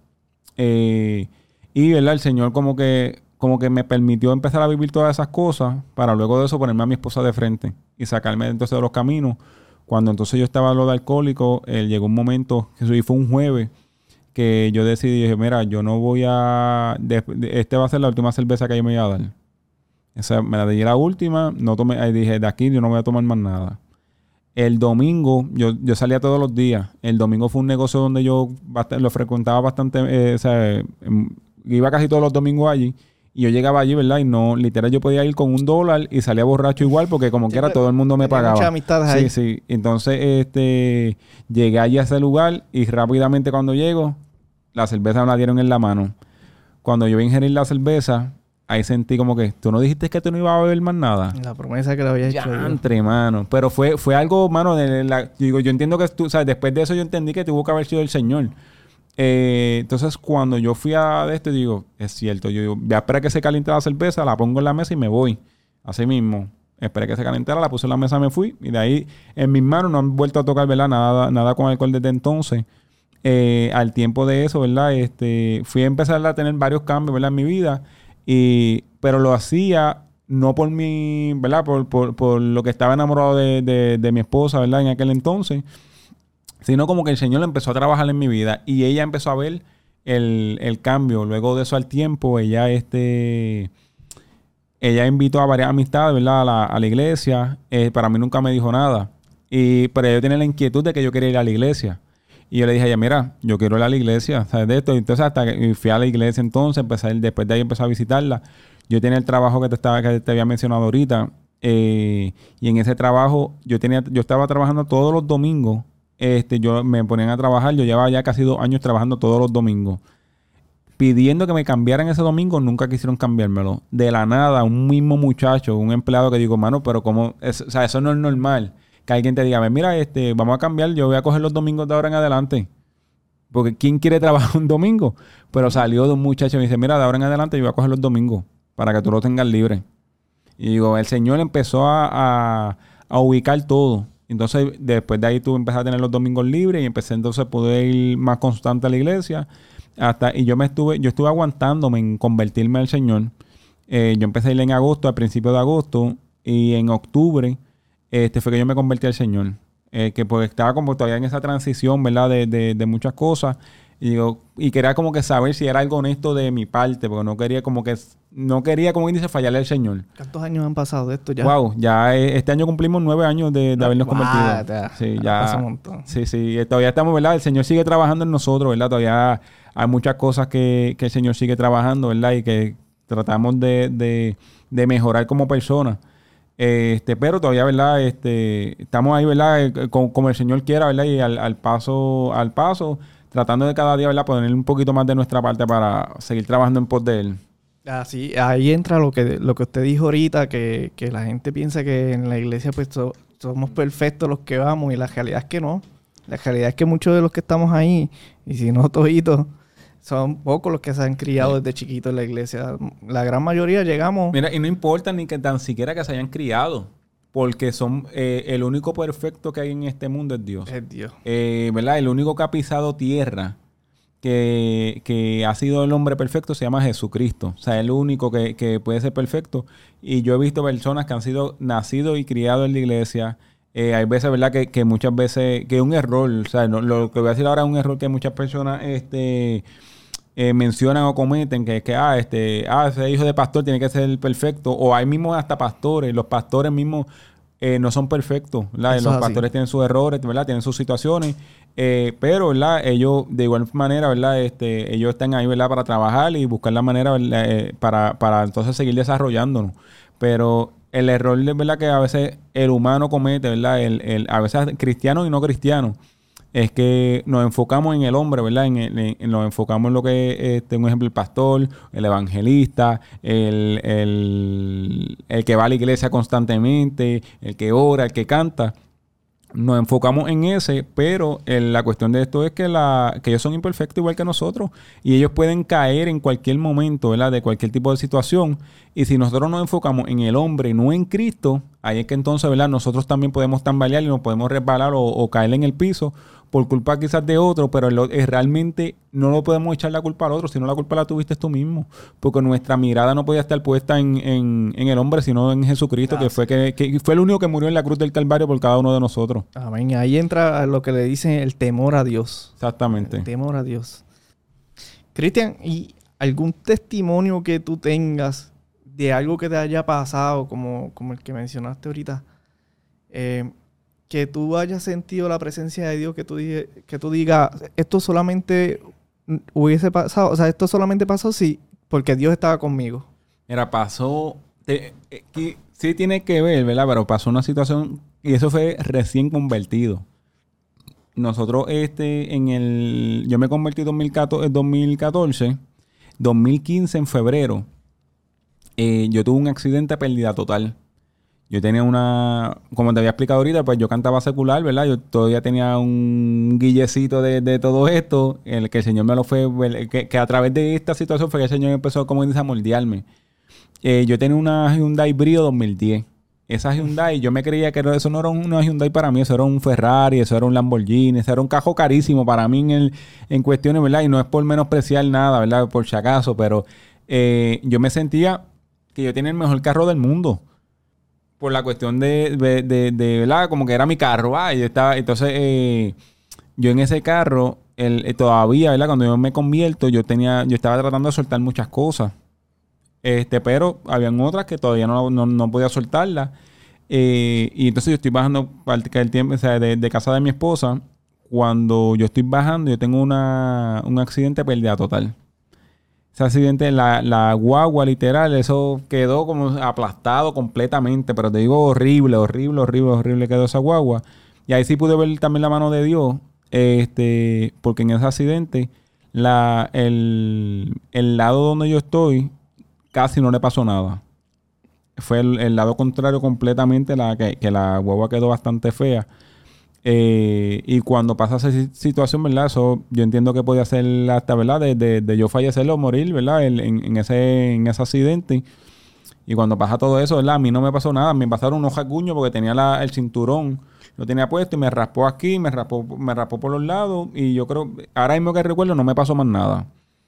Eh, y, ¿verdad? El Señor como que... como que me permitió empezar a vivir todas esas cosas para luego de eso ponerme a mi esposa de frente y sacarme entonces de los caminos. Cuando entonces yo estaba en lo de alcohólico, eh, llegó un momento, que eso fue un jueves, que yo decidí, dije, mira, yo no voy a... De, de, este va a ser la última cerveza que yo me voy a dar. Esa me la di la última, no tomé, ahí dije, de aquí yo no voy a tomar más nada. El domingo, yo, yo salía todos los días. El domingo fue un negocio donde yo bast- lo frecuentaba bastante, eh, o sea, eh, iba casi todos los domingos allí. Y yo llegaba allí, ¿verdad? Y no, literal, yo podía ir con un dólar y salía borracho igual porque como Sí, quiera todo el mundo me pagaba. Muchas amistades sí, ahí. sí. Entonces, este, llegué allí a ese lugar y rápidamente cuando llego, la cerveza me la dieron en la mano. Cuando yo iba a ingerir la cerveza, ahí sentí como que, ¿tú no dijiste que tú no ibas a beber más nada? La promesa que le había hecho. Ya, entre, mano. Pero fue, fue algo, mano, de la, digo, yo entiendo que tú, o sea, después de eso yo entendí que tuvo que haber sido el Señor. Eh, entonces, cuando yo fui a de esto, digo, es cierto, yo digo, voy a esperar que se caliente la cerveza, la pongo en la mesa y me voy. Así mismo. Esperé que se calentara, la puse en la mesa, me fui. Y de ahí, en mis manos, no han vuelto a tocar, ¿verdad? Nada, nada con alcohol desde entonces. Eh, al tiempo de eso, ¿verdad? Este, fui a empezar a tener varios cambios, ¿verdad? En mi vida. Y, pero lo hacía no por mi, ¿verdad? Por, por, por lo que estaba enamorado de, de, de mi esposa, ¿verdad? En aquel entonces. Sino como que el Señor empezó a trabajar en mi vida y ella empezó a ver el, el cambio. Luego de eso, al tiempo, ella este ella invitó a varias amistades, ¿verdad? A la, a la iglesia. Eh, para mí nunca me dijo nada. Y, pero yo tenía la inquietud de que yo quería ir a la iglesia. Y yo le dije a ella, mira, yo quiero ir a la iglesia, ¿sabes de esto? Entonces hasta que fui a la iglesia entonces, empecé a ir, después de ahí empecé a visitarla. Yo tenía el trabajo que te, estaba, que te había mencionado ahorita. Eh, y en ese trabajo, yo tenía yo estaba trabajando todos los domingos. Este, yo me ponían a trabajar, yo llevaba ya casi dos años trabajando todos los domingos. Pidiendo que me cambiaran ese domingo, nunca quisieron cambiármelo. De la nada, un mismo muchacho, un empleado que digo, mano, pero como, es, o sea, eso no es normal. Que alguien te diga, mira, este, vamos a cambiar, yo voy a coger los domingos de ahora en adelante. Porque ¿quién quiere trabajar un domingo? Pero salió de un muchacho y me dice, mira, de ahora en adelante yo voy a coger los domingos para que tú los tengas libres. Y digo, el Señor empezó a, a, a ubicar todo. Entonces, después de ahí tú empecé a tener los domingos libres y empecé entonces a poder ir más constante a la iglesia. Hasta, y yo me estuve, yo estuve aguantándome en convertirme al Señor. Eh, yo empecé a ir en agosto, al principio de agosto, y en octubre este fue que yo me convertí al Señor. Eh, que pues estaba como todavía en esa transición, ¿verdad? De, de, de muchas cosas. Y digo, y quería como que saber si era algo honesto de mi parte, porque no quería como que, no quería, como dice, fallarle al Señor. ¿Cuántos años han pasado de esto ya? Wow, ya eh, este año cumplimos nueve años de, de habernos Wow, convertido. ya, Sí, ya ya. pasa un montón. Sí, sí, eh, todavía estamos, ¿verdad? El Señor sigue trabajando en nosotros, ¿verdad? Todavía hay muchas cosas que, que el Señor sigue trabajando, ¿verdad? Y que tratamos de, de, de mejorar como personas. Este, pero todavía, ¿verdad? Este, estamos ahí, ¿verdad? Como, como el Señor quiera, ¿verdad? Y al, al paso, al paso, tratando de cada día, ¿verdad? Poner un poquito más de nuestra parte para seguir trabajando en pos de Él. Así, ahí entra lo que, lo que usted dijo ahorita, que, que la gente piensa que en la iglesia pues so, somos perfectos los que vamos, y la realidad es que no. La realidad es que muchos de los que estamos ahí, y si no toditos, son pocos los que se han criado desde chiquitos en la iglesia. La gran mayoría llegamos... Mira, y no importa ni que tan siquiera que se hayan criado, porque son eh, el único perfecto que hay en este mundo es Dios. Es Dios. Eh, ¿verdad? El único que ha pisado tierra, que, que ha sido el hombre perfecto, se llama Jesucristo. O sea, el único que, que puede ser perfecto. Y yo he visto personas que han sido nacidos y criados en la iglesia. Eh, hay veces, ¿verdad? Que, que muchas veces, que es un error. O sea, no, lo que voy a decir ahora es un error que muchas personas... este eh, mencionan o cometen que, que ah, este, ah, ese hijo de pastor tiene que ser perfecto. O hay mismos hasta pastores. Los pastores mismos eh, no son perfectos, ¿verdad? Eso Los es pastores así. tienen sus errores, ¿verdad? Tienen sus situaciones. Eh, pero, ¿verdad? Ellos, de igual manera, ¿verdad? Este, ellos están ahí, ¿verdad? Para trabajar y buscar la manera, ¿verdad? Eh, para, para entonces seguir desarrollándonos. Pero el error, ¿verdad? Que a veces el humano comete, ¿verdad? El, el, a veces cristianos y no cristianos. Es que nos enfocamos en el hombre, ¿verdad? En, en- en- nos enfocamos en lo que, este, un ejemplo, el pastor, el evangelista, el, el, el que va a la iglesia constantemente, el que ora, el que canta. Nos enfocamos en ese, pero eh, la cuestión de esto es que, la, que ellos son imperfectos igual que nosotros y ellos pueden caer en cualquier momento, ¿verdad? De cualquier tipo de situación. Y si nosotros nos enfocamos en el hombre, no en Cristo, ahí es que entonces, ¿verdad? Nosotros también podemos tambalear y nos podemos resbalar o, o caer en el piso por culpa quizás de otro, pero el o- es realmente no lo podemos echar la culpa al otro, sino la culpa la tuviste tú mismo. Porque nuestra mirada no podía estar puesta en, en, en el hombre, sino en Jesucristo, que fue, que, que fue el único que murió en la cruz del Calvario por cada uno de nosotros. Amén. Ahí entra lo que le dicen el temor a Dios. Exactamente. El temor a Dios. Cristian, ¿y algún testimonio que tú tengas de algo que te haya pasado, como, como el que mencionaste ahorita, eh, que tú hayas sentido la presencia de Dios, que tú, dije- que tú digas, esto solamente hubiese pasado, o sea, esto solamente pasó sí, porque Dios estaba conmigo? Mira, pasó. te- eh, que sí tiene que ver, ¿verdad? Pero pasó una situación. Y eso fue recién convertido. Nosotros, este, en el. Yo me convertí en dos mil catorce, en dos mil catorce. dos mil quince, en febrero. eh, yo tuve un accidente de pérdida total. Yo tenía una. Como te había explicado ahorita, pues yo cantaba secular, ¿verdad? Yo todavía tenía un guillecito de, de todo esto. El que el Señor me lo fue. ¿Verdad? Que, que a través de esta situación fue que el Señor empezó, como dice, a moldearme. Eh, yo tenía una Hyundai Brio dos mil diez. Esa Hyundai, yo me creía que era- eso no era un- una Hyundai para mí, eso era un Ferrari, eso era un Lamborghini, eso era un carro carísimo para mí en, el, en cuestiones, ¿verdad? Y no es por menospreciar nada, ¿verdad? Por si acaso, pero eh, yo me sentía que yo tenía el mejor carro del mundo. Por la cuestión de, de, de- de, ¿verdad? Como que era mi carro, ah, y yo estaba, entonces, eh, yo en ese carro, el, eh, todavía, ¿verdad? Cuando yo me convierto, yo tenía, yo estaba tratando de soltar muchas cosas. Este, pero habían otras que todavía no, no, no podía soltarlas. Eh, y entonces yo estoy bajando parte del tiempo, o sea, de, de casa de mi esposa. Cuando yo estoy bajando, yo tengo una, un accidente de pérdida total. Ese accidente, la, la guagua, literal, eso quedó como aplastado completamente. Pero te digo, horrible, horrible, horrible, horrible quedó esa guagua. Y ahí sí pude ver también la mano de Dios. Este, porque en ese accidente, la, el, el lado donde yo estoy casi no le pasó nada. Fue el, el lado contrario completamente, la que, que la guagua quedó bastante fea. Eh, y cuando pasa esa si- situación, ¿verdad? Eso yo entiendo que podía ser hasta, ¿verdad? De, de, de yo fallecer o morir, ¿verdad? El- en, en ese, en ese accidente. Y cuando pasa todo eso, ¿verdad? A mí no me pasó nada. Me pasaron unos rasguños porque tenía la- el cinturón. Lo tenía puesto y me raspó aquí, me raspó, me raspó por los lados. Y yo creo, ahora mismo que recuerdo, no me pasó más nada.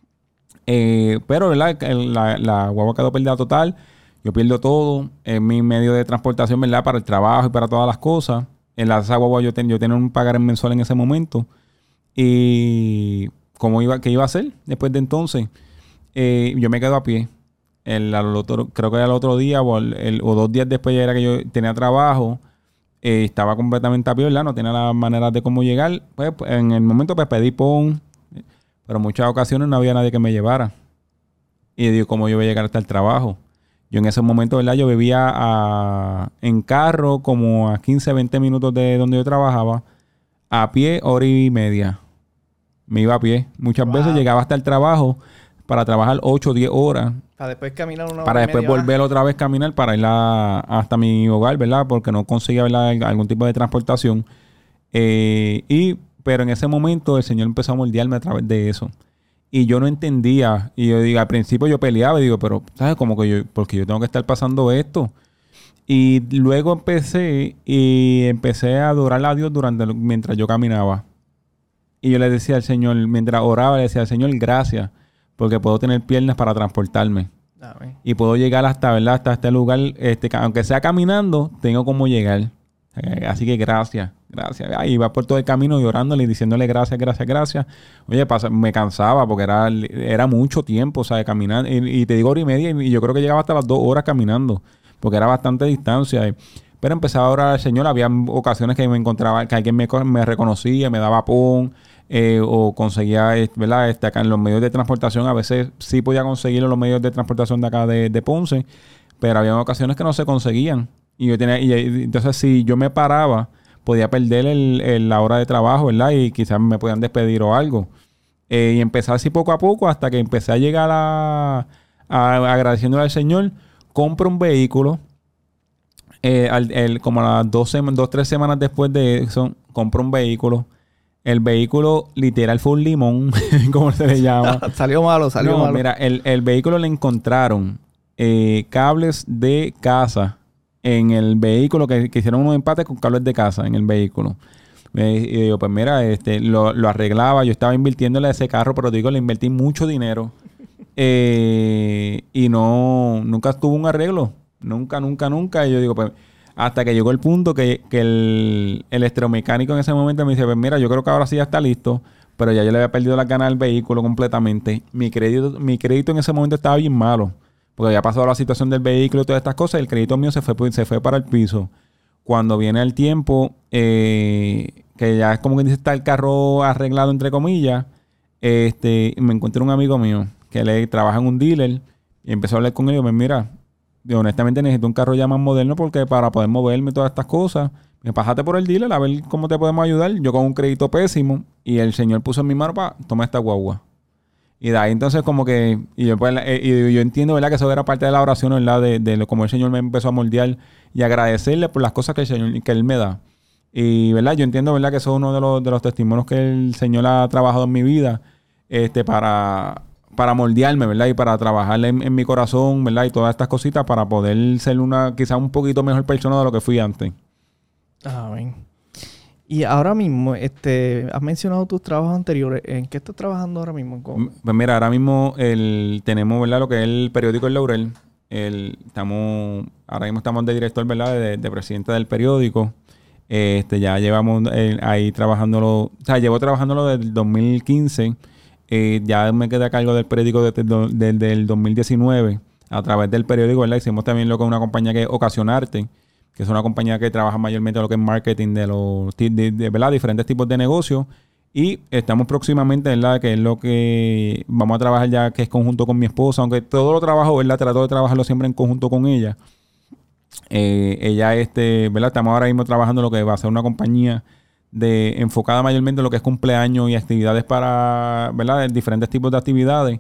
Eh, pero, ¿verdad? El- La, la guagua quedó perdida total. Yo pierdo todo. En mi medio de transportación, ¿verdad? Para el trabajo y para todas las cosas. En la esa guagua yo, ten- yo tenía un pagar mensual en ese momento. Y ¿cómo iba, qué iba a hacer después de entonces? Eh, yo me quedo a pie. El, al otro- creo que era el otro día o, el- el- o dos días después ya era que yo tenía trabajo. Eh, estaba completamente a pie, ¿verdad? No tenía la manera de cómo llegar. Pues en el momento pues pedí pon. Pero en muchas ocasiones no había nadie que me llevara. Y digo, ¿cómo yo voy a llegar hasta el trabajo? Yo en ese momento, ¿verdad? Yo vivía a- en carro como a quince, veinte minutos de donde yo trabajaba. A pie, hora y media. Me iba a pie. Muchas veces Wow. llegaba hasta el trabajo para trabajar ocho o diez horas. Para después caminar una Para hora y después media más. volver otra vez a caminar para ir a- hasta mi hogar, ¿verdad? Porque no conseguía, ¿verdad? Algún tipo de transportación. Eh, y, pero en ese momento el Señor empezó a moldearme a través de eso. Y yo no entendía. Y yo digo, al principio yo peleaba y digo, pero, ¿sabes? Como que yo, porque yo tengo que estar pasando esto. Y luego empecé y empecé a adorar a Dios durante lo- mientras yo caminaba. Y yo le decía al Señor, mientras oraba, le decía al Señor, gracias, porque puedo tener piernas para transportarme. Amén. Y puedo llegar hasta, ¿verdad? Hasta este lugar, este, ca- aunque sea caminando, tengo cómo llegar. Eh, Así que gracias. gracias. Ahí iba por todo el camino llorándole y diciéndole gracias, gracias, gracias. Oye, pasa, me cansaba porque era, era mucho tiempo, o sea, caminar. Y, y te digo hora y media y yo creo que llegaba hasta las dos horas caminando porque era bastante distancia. Pero empezaba a orar al Señor. Había ocasiones que me encontraba, que alguien me, me reconocía, me daba pon, eh, o conseguía, ¿verdad? Este, acá en los medios de transportación. A veces sí podía conseguirlo en los medios de transportación de acá de, de Ponce, pero había ocasiones que no se conseguían. Y yo tenía, y, y entonces si yo me paraba, podía perder el, el, la hora de trabajo, ¿verdad? Y quizás me podían despedir o algo. Eh, y empecé así poco a poco hasta que empecé a llegar a, a agradeciéndole al Señor. Compro un vehículo. Eh, al, el, como a las dos, dos, tres semanas después de eso, compro un vehículo. El vehículo literal fue un limón, como se le llama. Salió malo, salió no, malo. Mira, el, el vehículo le encontraron eh, cables de casa en el vehículo, que, que hicieron unos empates con cables de casa en el vehículo. Me, y yo, pues mira, este, lo, lo arreglaba. Yo estaba invirtiéndole a ese carro, pero digo, le invertí mucho dinero. Eh, y no, nunca tuvo un arreglo. Nunca, nunca, nunca. Y yo digo, pues, hasta que llegó el punto que, que el, el electromecánico en ese momento me dice, pues mira, yo creo que ahora sí ya está listo. Pero ya yo le había perdido las ganas al vehículo completamente. Mi crédito, mi crédito en ese momento estaba bien malo. Porque había pasado la situación del vehículo y todas estas cosas. Y el crédito mío se fue, se fue para el piso. Cuando viene el tiempo, eh, que ya es como que dice, está el carro arreglado, entre comillas, este, me encontré un amigo mío que le trabaja en un dealer. Y empezó a hablar con él y yo, pues mira, yo honestamente necesito un carro ya más moderno porque para poder moverme y todas estas cosas. Me pasaste por el dealer a ver cómo te podemos ayudar. Yo con un crédito pésimo. Y el señor puso en mi mano para tomar esta guagua. Y de ahí entonces como que... Y yo, pues, eh, y yo entiendo, ¿verdad? Que eso era parte de la oración, ¿verdad? De, de lo, como el Señor me empezó a moldear y agradecerle por las cosas que el Señor, que Él me da. Y, ¿verdad? Yo entiendo, ¿verdad? Que eso es uno de los, de los testimonios que el Señor ha trabajado en mi vida. Este, para... para moldearme, ¿verdad? Y para trabajar en, en mi corazón, ¿verdad? Y todas estas cositas para poder ser una, quizá un poquito mejor persona de lo que fui antes. Amén. Y ahora mismo, este, has mencionado tus trabajos anteriores. ¿En qué estás trabajando ahora mismo? ¿Cómo? Pues mira, ahora mismo el, tenemos, ¿verdad? Lo que es el periódico El Laurel. El, estamos, ahora mismo estamos de director, ¿verdad? De, de presidente del periódico. Este, ya llevamos eh, ahí trabajándolo, o sea, llevo trabajándolo desde el dos mil quince. Eh, ya me quedé a cargo del periódico desde, desde, desde el dos mil diecinueve. A través del periódico, ¿verdad? Hicimos también lo con una compañía que es Ocasionarte, que es una compañía que trabaja mayormente lo que es marketing de los de, de, de, ¿verdad? Diferentes tipos de negocios. Y estamos próximamente, ¿verdad? Que es lo que vamos a trabajar ya, que es conjunto con mi esposa. Aunque todo lo trabajo, ¿verdad? Trato de trabajarlo siempre en conjunto con ella. Eh, ella, este, ¿verdad? Estamos ahora mismo trabajando lo que va a ser una compañía de enfocada mayormente en lo que es cumpleaños y actividades para, ¿verdad? Diferentes tipos de actividades.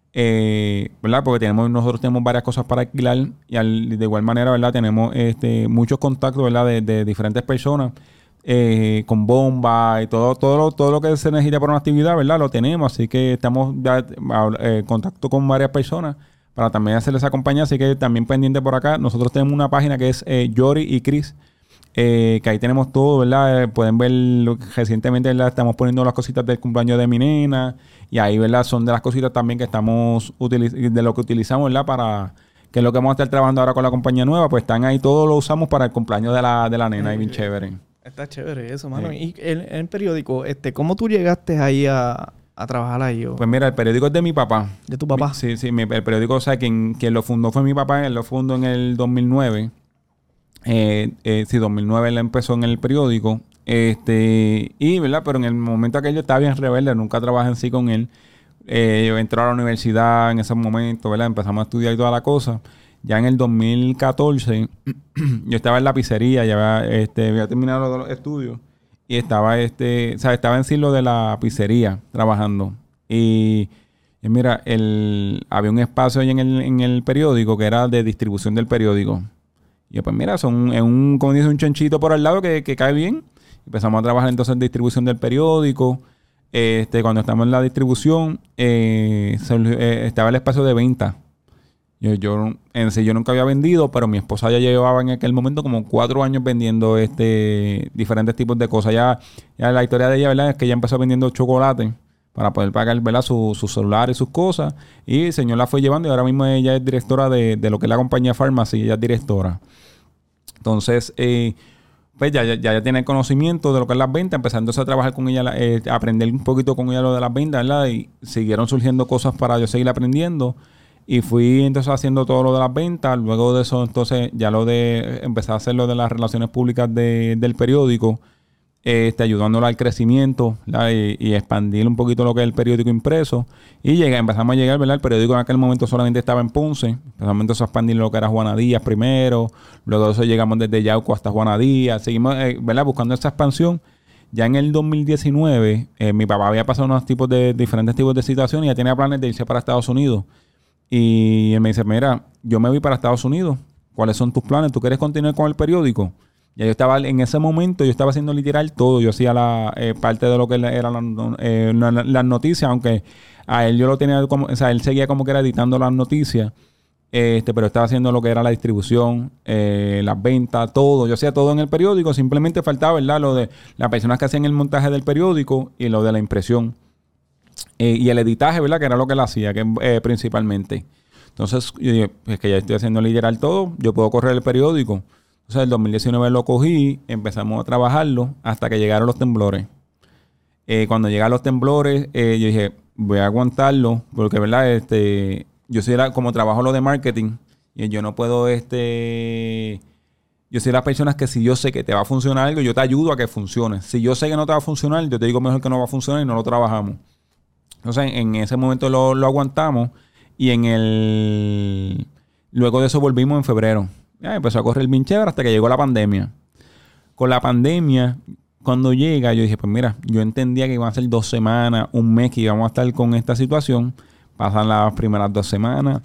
Eh, ¿verdad? Porque tenemos, nosotros tenemos varias cosas para alquilar y al, de igual manera, ¿verdad? Tenemos este, muchos contactos, ¿verdad? De, de diferentes personas eh, con bomba y todo, todo, lo, todo lo que se necesita para una actividad, ¿verdad? Lo tenemos, así que estamos ya en eh, contacto con varias personas para también hacerles esa compañía, así que también pendiente por acá. Nosotros tenemos una página que es eh, Yori y Chris, eh, que ahí tenemos todo, ¿verdad? Eh, pueden ver lo, recientemente, ¿verdad? Estamos poniendo las cositas del cumpleaños de mi nena. Y ahí, ¿verdad? Son de las cositas también que estamos utiliz- de lo que utilizamos, ¿verdad? Para que es lo que vamos a estar trabajando ahora con la compañía nueva, pues están ahí, todo lo usamos para el cumpleaños de la, de la nena, y bien chévere. Está chévere eso, mano. Sí. Y en, en el periódico, este, ¿cómo tú llegaste ahí a, a trabajar ahí? O? Pues mira, el periódico es de mi papá. ¿De tu papá? Mi, sí, sí, mi, el periódico, o sea, quien, quien lo fundó fue mi papá, él lo fundó en el dos mil nueve. Eh, eh, sí, dos mil nueve él empezó en el periódico. Este, y, ¿verdad? Pero en el momento aquello estaba bien rebelde, nunca trabajé en sí con él. Eh, yo entré a la universidad en ese momento, ¿verdad? Empezamos a estudiar y toda la cosa. Ya en el dos mil catorce, yo estaba en la pizzería, ya había, este, había terminado los estudios. Y estaba, este, o sea, estaba en sí lo de la pizzería, trabajando. Y, y mira, el, había un espacio ahí en el, en el periódico que era de distribución del periódico. Y yo, pues mira, son es un, como dice, un chanchito por al lado que, que cae bien. Empezamos a trabajar entonces en distribución del periódico. Este, cuando estamos en la distribución, eh, se, eh, estaba el espacio de venta. Yo, yo en sí yo nunca había vendido, pero mi esposa ya llevaba en aquel momento como cuatro años vendiendo este diferentes tipos de cosas. Ya, ya la historia de ella, ¿verdad? Es que ella empezó vendiendo chocolate para poder pagar, ¿verdad? Su, su celular y sus cosas. Y el señor la fue llevando y ahora mismo ella es directora de, de lo que es la compañía Pharmacy. Ella es directora. Entonces, eh, pues ya, ya, ya tiene el conocimiento de lo que es las ventas, empezando a trabajar con ella, eh, aprender un poquito con ella lo de las ventas, ¿verdad? Y siguieron surgiendo cosas para yo seguir aprendiendo. Y fui entonces haciendo todo lo de las ventas. Luego de eso, entonces, ya lo de empezar a hacer lo de las relaciones públicas de, del periódico, este, ayudándolo al crecimiento, ¿verdad? Y, y expandir un poquito lo que es el periódico impreso. Y llega, empezamos a llegar, ¿verdad? El periódico en aquel momento solamente estaba en Ponce. Empezamos entonces a expandir lo que era Juana Díaz primero. Luego de eso llegamos desde Yauco hasta Juana Díaz. Seguimos, eh, ¿verdad? Buscando esa expansión. Ya en el dos mil diecinueve, eh, mi papá había pasado unos tipos de diferentes tipos de situaciones y ya tenía planes de irse para Estados Unidos. Y él me dice, mira, yo me voy para Estados Unidos. ¿Cuáles son tus planes? ¿Tú quieres continuar con el periódico? Ya yo estaba, en ese momento, yo estaba haciendo literal todo. Yo hacía la eh, parte de lo que era las eh, la, la noticias, aunque a él yo lo tenía como, o sea, él seguía como que era editando las noticias, este, pero estaba haciendo lo que era la distribución, eh, las ventas, todo. Yo hacía todo en el periódico, simplemente faltaba, ¿verdad? Lo de las personas que hacían el montaje del periódico y lo de la impresión. Eh, y el editaje, ¿verdad? Que era lo que él hacía, que eh, principalmente. Entonces, yo dije, es que ya estoy haciendo literal todo, yo puedo correr el periódico. Entonces, el dos mil diecinueve lo cogí, empezamos a trabajarlo hasta que llegaron los temblores. Eh, cuando llegaron los temblores, eh, yo dije, voy a aguantarlo, porque, ¿verdad? Este, yo soy la, como trabajo lo de marketing, y yo no puedo, este... Yo soy las personas que si yo sé que te va a funcionar algo, yo te ayudo a que funcione. Si yo sé que no te va a funcionar, yo te digo mejor que no va a funcionar y no lo trabajamos. Entonces, en ese momento lo, lo aguantamos y en el... Luego de eso volvimos en febrero. Ya empezó a correr bien chévere hasta que llegó la pandemia. Con la pandemia, cuando llega, yo dije, pues mira, yo entendía que iban a ser dos semanas, un mes que íbamos a estar con esta situación. Pasan las primeras dos semanas.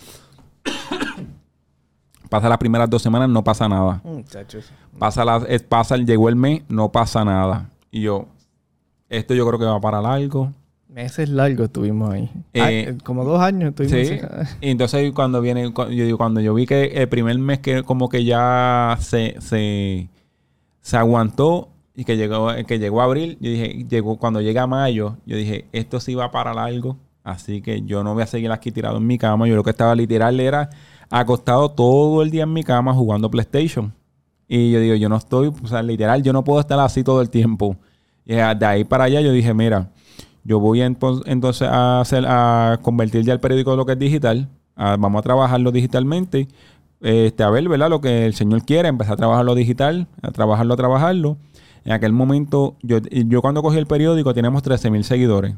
Pasa las primeras dos semanas, no pasa nada. Muchachos. Pasa, la, pasa, llegó el mes, no pasa nada. Y yo, esto yo creo que va para largo. Meses largos estuvimos ahí. Eh, ah, como dos años estuvimos sí. así. Y entonces cuando viene, yo digo, cuando yo vi que el primer mes que como que ya se, se, se aguantó y que llegó, que llegó a abril, yo dije, llegó, cuando llega mayo, yo dije, esto sí va para largo. Así que yo no voy a seguir aquí tirado en mi cama. Yo lo que estaba literal era acostado todo el día en mi cama jugando PlayStation. Y yo digo, yo no estoy, o sea, literal, yo no puedo estar así todo el tiempo. Y de ahí para allá yo dije, mira, yo voy a entonces, entonces a hacer, a convertir ya el periódico en lo que es digital. A, vamos a trabajarlo digitalmente. Este, a ver, ¿verdad? Lo que el Señor quiere, empezar a trabajarlo digital, a trabajarlo, a trabajarlo. En aquel momento, yo, yo cuando cogí el periódico teníamos trece mil seguidores.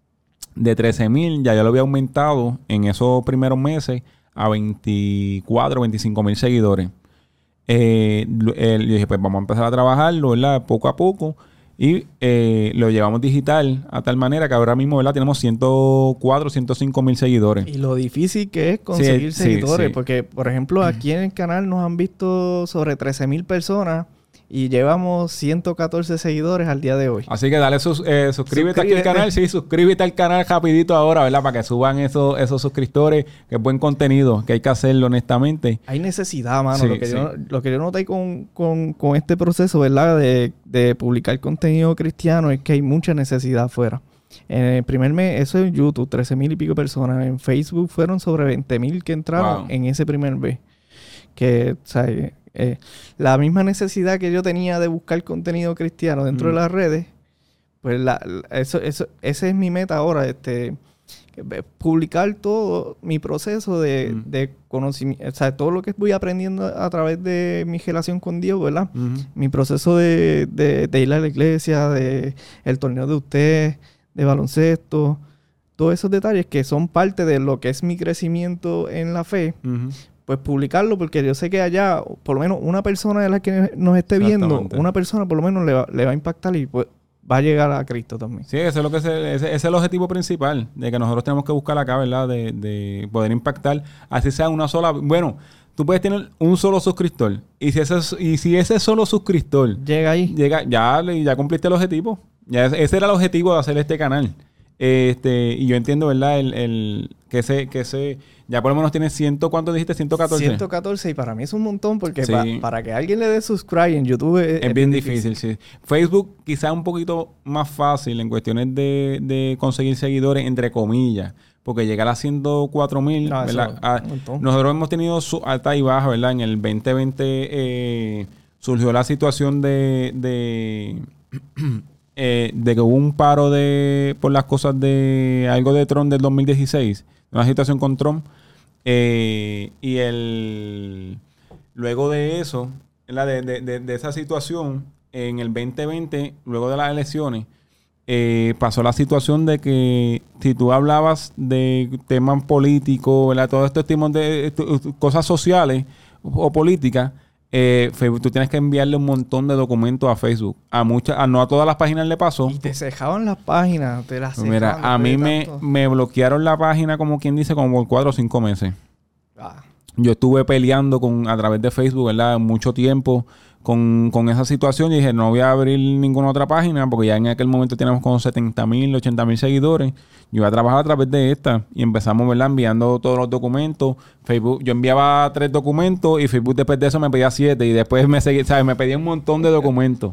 De trece mil ya yo lo había aumentado en esos primeros meses a veinticuatro, veinticinco mil seguidores. Eh, eh, yo dije, pues vamos a empezar a trabajarlo, ¿verdad? Poco a poco. Y eh, lo llevamos digital a tal manera que ahora mismo, ¿verdad? Tenemos ciento cuatro, ciento cinco mil seguidores. Y lo difícil que es conseguir sí, seguidores. Sí, sí. Porque, por ejemplo, aquí en el canal nos han visto sobre trece mil personas y llevamos ciento catorce seguidores al día de hoy. Así que dale, sus, eh, suscríbete, suscríbete aquí al canal. Sí, suscríbete al canal rapidito ahora, ¿verdad? Para que suban esos, esos suscriptores. Que es buen contenido, que hay que hacerlo honestamente. Hay necesidad, mano. Sí, lo, que sí. yo, lo que yo noté con, con, con este proceso, ¿verdad? De, de publicar contenido cristiano es que hay mucha necesidad afuera. En el primer mes, eso en YouTube, trece mil y pico personas. En Facebook fueron sobre veinte mil que entraron wow. en ese primer mes. Que, o sea, eh, la misma necesidad que yo tenía de buscar contenido cristiano dentro mm. de las redes, pues la, la, eso, eso, esa es mi meta ahora, este, publicar todo mi proceso de, mm. de conocimiento, o sea, todo lo que voy aprendiendo a través de mi relación con Dios, ¿verdad? Mm-hmm. Mi proceso de, de, de ir a la iglesia, de el torneo de usted, de baloncesto, todos esos detalles que son parte de lo que es mi crecimiento en la fe. Mm-hmm. Pues publicarlo, porque yo sé que allá, por lo menos una persona de la que nos esté viendo, una persona por lo menos le va, le va a impactar y pues va a llegar a Cristo también. Sí, eso es lo que es el, ese, ese es el objetivo principal, de que nosotros tenemos que buscar acá, ¿verdad? De, de poder impactar, así sea una sola... Bueno, tú puedes tener un solo suscriptor, y si ese, y si ese solo suscriptor... Llega ahí. Llega, ya, ya cumpliste el objetivo. Ya ese, ese era el objetivo de hacer este canal. Este, y yo entiendo, ¿verdad? El, el que ese, que ese, ya por lo menos tiene ciento, ¿cuánto dijiste? ciento catorce. ciento catorce, y para mí es un montón, porque sí. pa, para que alguien le dé subscribe en YouTube es, es, es bien difícil, difícil, sí. Facebook quizá un poquito más fácil en cuestiones de, de conseguir seguidores, entre comillas, porque llegar a ciento cuatro mil, no, ¿verdad? A, nosotros hemos tenido su alta y baja, ¿verdad? En el veinte veinte, eh, surgió la situación de... de Eh, de que hubo un paro de por las cosas de algo de Trump del dos mil dieciséis, una situación con Trump, eh, y el luego de eso, la de, de, de, de esa situación, en el veinte veinte, luego de las elecciones, eh, pasó la situación de que si tú hablabas de temas políticos, ¿verdad? Todos estos temas de, de cosas sociales o políticas, Eh, Facebook, tú tienes que enviarle un montón de documentos a Facebook. A muchas, a, no a todas las páginas le pasó. Y te cejaban las páginas, te las cejaban. Mira, a mí me, me bloquearon la página, como quien dice, como por cuatro o cinco meses. Ah. Yo estuve peleando con a través de Facebook, ¿verdad? Mucho tiempo con, con esa situación. Y dije, no voy a abrir ninguna otra página porque ya en aquel momento teníamos como setenta mil, ochenta mil seguidores. Yo iba a trabajar a través de esta y empezamos, ¿verdad? Enviando todos los documentos. Facebook, yo enviaba tres documentos y Facebook después de eso me pedía siete y después me seguía, ¿sabes? Me pedía un montón de documentos.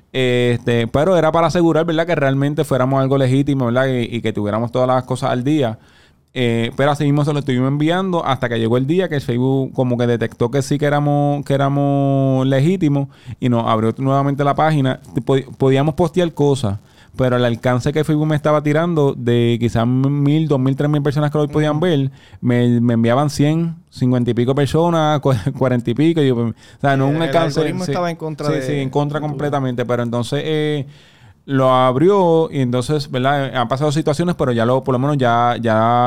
Este, pero era para asegurar, ¿verdad? Que realmente fuéramos algo legítimo, ¿verdad? Y, y que tuviéramos todas las cosas al día. Eh, pero así mismo se lo estuvimos enviando hasta que llegó el día que el Facebook como que detectó que sí que éramos, que éramos legítimos y nos abrió nuevamente la página. Pod- podíamos postear cosas, pero el alcance que Facebook me estaba tirando de quizás mil, dos mil, tres mil personas que lo podían ver, me, me enviaban cien, cincuenta y pico personas, cuarenta y pico. Y yo, o sea, no un alcance. El algoritmo sí, estaba en contra sí, de... Sí, en contra completamente. Pero entonces eh, lo abrió y entonces, ¿verdad? Han pasado situaciones, pero ya lo, por lo menos ya,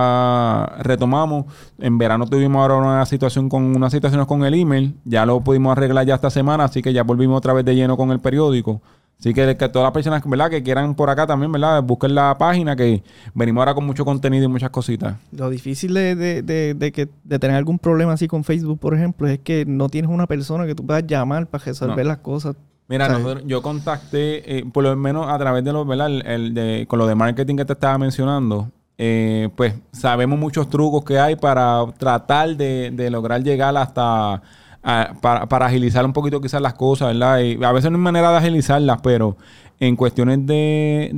ya retomamos. En verano tuvimos ahora una situación con unas situaciones con el email. Ya lo pudimos arreglar ya esta semana, así que ya volvimos otra vez de lleno con el periódico. Así que, que todas las personas, ¿verdad? Que quieran por acá también, ¿verdad? Busquen la página, que venimos ahora con mucho contenido y muchas cositas. Lo difícil de, de, de, de, que, de tener algún problema así con Facebook, por ejemplo, es que no tienes una persona que tú puedas llamar para resolver no. las cosas. Mira, nosotros, yo contacté, eh, por lo menos a través de los, ¿verdad? El, el de, con lo de marketing que te estaba mencionando, eh, pues sabemos muchos trucos que hay para tratar de, de lograr llegar hasta... A, para, para agilizar un poquito quizás las cosas, ¿verdad? Y a veces no hay manera de agilizarlas, pero en cuestiones de,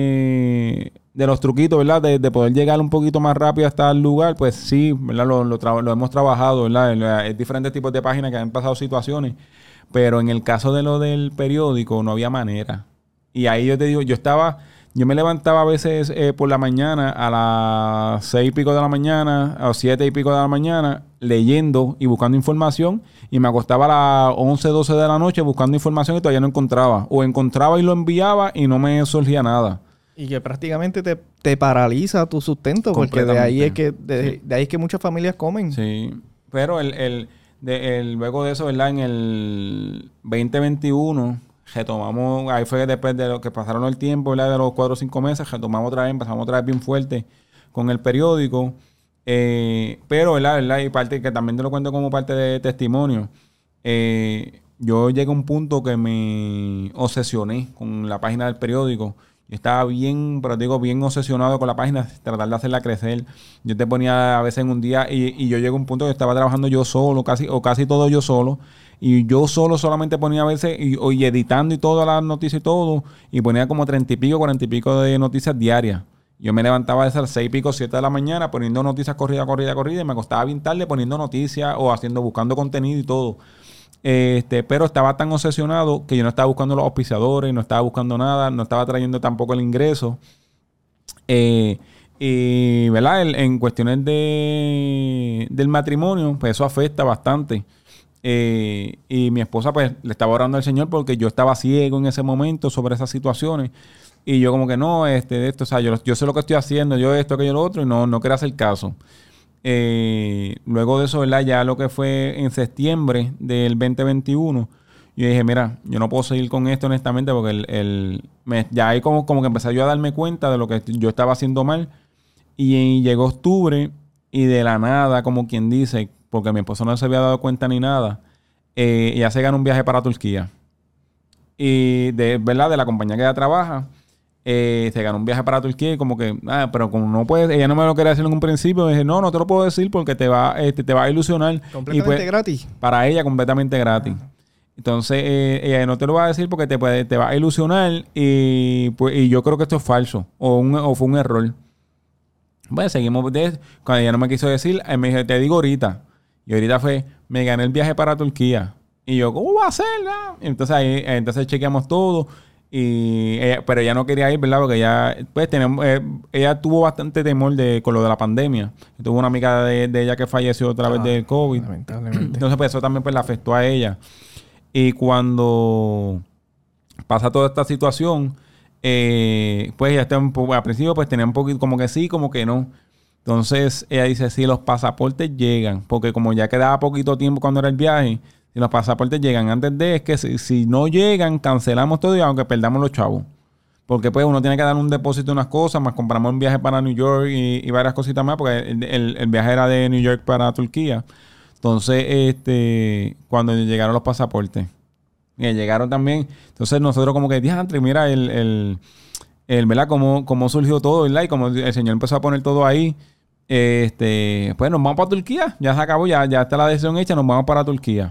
de, de los truquitos, ¿verdad? De, de poder llegar un poquito más rápido hasta el lugar, pues sí, ¿verdad? Lo, lo, tra- lo hemos trabajado, ¿verdad? Hay diferentes tipos de páginas que han pasado situaciones, pero en el caso de lo del periódico no había manera. Y ahí yo te digo, yo estaba... Yo me levantaba a veces eh, por la mañana a las seis y pico de la mañana, a las siete y pico de la mañana, leyendo y buscando información. Y me acostaba a las once, doce de la noche buscando información y todavía no encontraba. O encontraba y lo enviaba y no me surgía nada. Y que prácticamente te, te paraliza tu sustento, porque de ahí es que de, sí. de ahí es que muchas familias comen. Sí, pero el, el, de, el luego de eso, ¿verdad? En el veinte veintiuno... retomamos, ahí fue después de lo que pasaron el tiempo, ¿verdad? De los cuatro o cinco meses, retomamos otra vez, empezamos otra vez bien fuerte con el periódico. Eh, pero, ¿verdad? ¿verdad? Y parte que también te lo cuento como parte de testimonio. Eh, yo llegué a un punto que me obsesioné con la página del periódico. Yo estaba bien, pero digo, bien obsesionado con la página, tratar de hacerla crecer. Yo te ponía a veces en un día y, y yo llegué a un punto que estaba trabajando yo solo, casi o casi todo yo solo. Y yo solo solamente ponía a veces, y, y editando y todas las noticias y todo, y ponía como treinta y pico, cuarenta y pico de noticias diarias. Yo me levantaba a esas seis y pico, siete de la mañana poniendo noticias corrida, corrida, corrida, y me acostaba bien tarde poniendo noticias o haciendo, buscando contenido y todo. Este, pero estaba tan obsesionado que yo no estaba buscando los auspiciadores, no estaba buscando nada, no estaba trayendo tampoco el ingreso. Eh, y, ¿verdad? El, en cuestiones de, del matrimonio, pues eso afecta bastante. Eh, y mi esposa pues le estaba orando al Señor porque yo estaba ciego en ese momento sobre esas situaciones y yo como que no, este, esto, o sea, yo, yo sé lo que estoy haciendo, yo esto, aquello, lo otro y no, no quería hacer caso. Eh, luego de eso, ¿verdad? Ya lo que fue en septiembre del veinte veintiuno, yo dije, mira, yo no puedo seguir con esto honestamente porque el, el, me, ya ahí como, como que empecé yo a darme cuenta de lo que yo estaba haciendo mal y, y llegó octubre y de la nada, como quien dice, porque mi esposo no se había dado cuenta ni nada, eh, ella se ganó un viaje para Turquía. Y de verdad, de la compañía que ella trabaja, eh, se ganó un viaje para Turquía y como que, ah, pero como no puedes, ella no me lo quería decir en un principio, dije, no, no te lo puedo decir porque te va, este, te va a ilusionar. Completamente y pues, gratis. Para ella, completamente gratis. Ah. Entonces, eh, ella no te lo va a decir porque te, puede, te va a ilusionar y, pues, y yo creo que esto es falso o, un, o fue un error. Bueno, seguimos de cuando ella no me quiso decir, me dijo, te digo ahorita. Y ahorita fue, me gané el viaje para Turquía. Y yo, ¿cómo va a ser? Entonces ahí, entonces chequeamos todo. Y ella, pero ella no quería ir, ¿verdad? Porque ella, pues, tenemos, eh, ella tuvo bastante temor de, con lo de la pandemia. Tuvo una amiga de, de ella que falleció otra ah, vez del COVID. Lamentablemente. Entonces, pues, eso también pues, le afectó a ella. Y cuando pasa toda esta situación, eh, pues, ella está un poco, al principio, pues, tenía un poquito como que sí, como que no. Entonces, ella dice, sí, los pasaportes llegan. Porque como ya quedaba poquito tiempo cuando era el viaje... Si los pasaportes llegan antes de... Es que si, si no llegan, cancelamos todo y aunque perdamos los chavos. Porque pues uno tiene que dar un depósito de unas cosas, más compramos un viaje para New York y, y varias cositas más, porque el, el, el viaje era de New York para Turquía. Entonces, este... Cuando llegaron los pasaportes. Y llegaron también... Entonces nosotros como que... Diantre, mira el... el, el ¿verdad? Cómo, cómo surgió todo, ¿verdad? Y como el señor empezó a poner todo ahí... Este... Pues nos vamos para Turquía. Ya se acabó, ya, ya está la decisión hecha. Nos vamos para Turquía.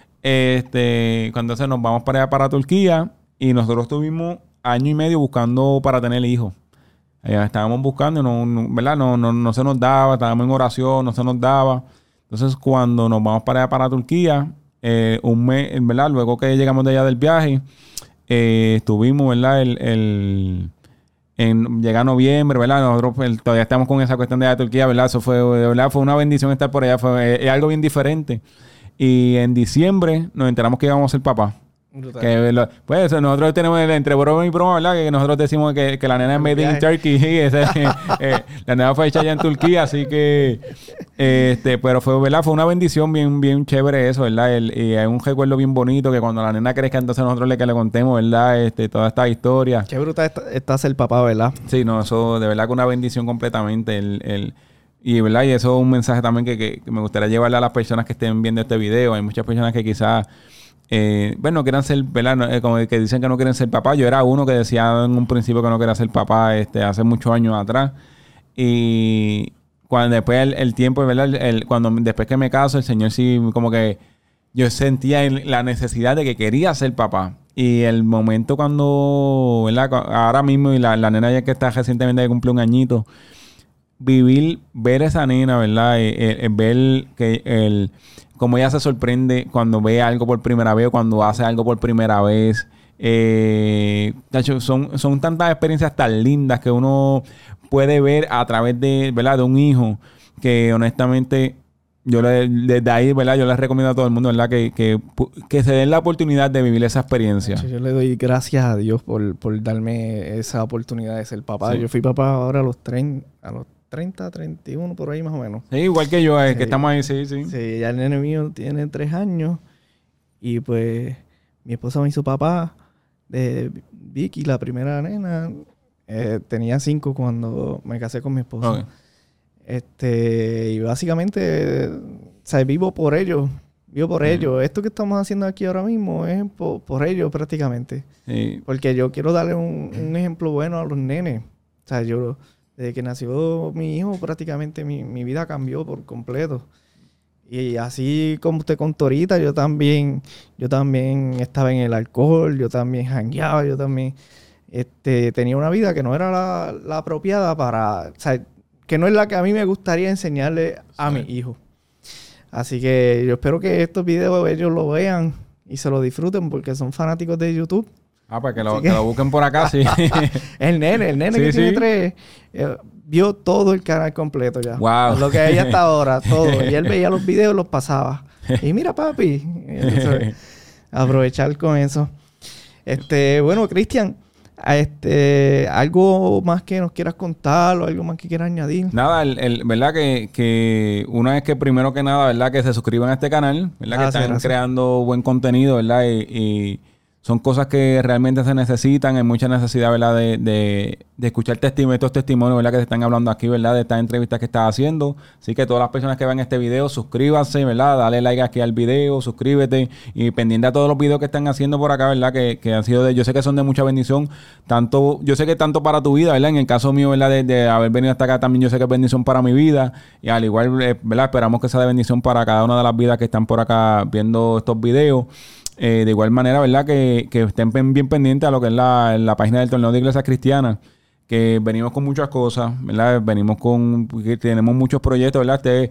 Este, cuando entonces nos vamos para allá para Turquía y nosotros tuvimos año y medio buscando para tener hijos. Eh, estábamos buscando, no, no, ¿verdad? No, no, no se nos daba, estábamos en oración, no se nos daba. Entonces, cuando nos vamos para allá para Turquía, eh, un mes, ¿verdad? Luego que llegamos de allá del viaje, eh, estuvimos, ¿verdad? El, el, en, llega noviembre, ¿verdad? Nosotros pues, todavía estamos con esa cuestión de allá de Turquía, ¿verdad? Eso fue, de verdad, fue una bendición estar por allá, fue es, es algo bien diferente. Y en diciembre nos enteramos que íbamos a ser papás. Que, lo, pues nosotros tenemos entre broma y broma, ¿verdad? Que nosotros decimos que, que la nena es made in Turkey. Ese, eh, la nena fue hecha allá en Turquía, así que... este Pero fue, ¿verdad? Fue una bendición bien, bien chévere eso, ¿verdad? El, y es un recuerdo bien bonito que cuando la nena crezca, entonces nosotros le, que le contemos, ¿verdad? Este, toda esta historia. Qué brutal está, está ser papá, ¿verdad? Sí, no, eso de verdad que una bendición completamente. El... el Y, ¿verdad? Y eso es un mensaje también que, que, que me gustaría llevarle a las personas que estén viendo este video. Hay muchas personas que quizás, eh, bueno, no quieran ser, ¿verdad? No, eh, como que dicen que no quieren ser papá. Yo era uno que decía en un principio que no quería ser papá este, hace muchos años atrás. Y cuando después el, el tiempo, ¿verdad? El, el, cuando después que me caso, el Señor sí como que yo sentía la necesidad de que quería ser papá. Y el momento cuando, ¿verdad? Ahora mismo, y la, la nena ya que está recientemente que cumple un añito, vivir, ver esa nena, ¿verdad? El, el, el ver que el, cómo ella se sorprende cuando ve algo por primera vez o cuando hace algo por primera vez. Eh, son, son tantas experiencias tan lindas que uno puede ver a través de, ¿verdad? De un hijo que honestamente yo le, desde ahí, ¿verdad? Yo les recomiendo a todo el mundo, ¿verdad? Que, que, que se den la oportunidad de vivir esa experiencia. Yo le doy gracias a Dios por, por darme esa oportunidad de ser papá. Sí. Yo fui papá ahora a los treinta, a los treinta, treinta y uno, por ahí más o menos. Sí, igual que yo, es sí. que estamos ahí, sí, sí. Sí, ya el nene mío tiene tres años y pues mi esposa me hizo papá de Vicky, la primera nena. Eh, tenía cinco cuando me casé con mi esposa. Okay. Este, y básicamente, o sea, vivo por ellos. Vivo por mm. ellos. Esto que estamos haciendo aquí ahora mismo es por, por ellos prácticamente. Sí. Porque yo quiero darle un, un ejemplo bueno a los nenes. O sea, yo... Desde que nació mi hijo, prácticamente mi, mi vida cambió por completo. Y así como usted contó ahorita, yo también, yo también estaba en el alcohol, yo también jangueaba, yo también este, tenía una vida que no era la, la apropiada para... O sea, que no es la que a mí me gustaría enseñarle a sí. mi hijo. Así que yo espero que estos videos ellos lo vean y se lo disfruten porque son fanáticos de YouTube. Ah, pues que lo, que... que lo busquen por acá, sí. el nene, el nene sí, que sí. tiene tres, eh, vio todo el canal completo ya. Wow. Lo que ella hasta ahora, todo. Y él veía los videos, los pasaba. Y mira, papi. Entonces, aprovechar con eso. Este, bueno, Cristian, este, ¿algo más que nos quieras contar o algo más que quieras añadir? Nada, el, el, verdad que, que una vez que primero que nada, verdad que se suscriban a este canal, verdad gracias, que están gracias. creando buen contenido, verdad, y... y son cosas que realmente se necesitan. Hay mucha necesidad, ¿verdad? De, de, de escuchar testimonios, estos testimonios, ¿verdad? Que se están hablando aquí, ¿verdad? De estas entrevistas que estás haciendo. Así que todas las personas que vean este video, suscríbanse, ¿verdad? Dale like aquí al video, suscríbete. Y pendiente a todos los videos que están haciendo por acá, ¿verdad? Que, que han sido de... Yo sé que son de mucha bendición. Tanto... Yo sé que tanto para tu vida, ¿verdad? En el caso mío, ¿verdad? De, de haber venido hasta acá también yo sé que es bendición para mi vida. Y al igual, ¿verdad? Esperamos que sea de bendición para cada una de las vidas que están por acá viendo estos videos. Eh, de igual manera, ¿verdad? Que, que estén bien pendientes a lo que es la, la página del Torneo de Iglesias Cristianas. Que venimos con muchas cosas, ¿verdad? Venimos con... Que tenemos muchos proyectos, ¿verdad? Este,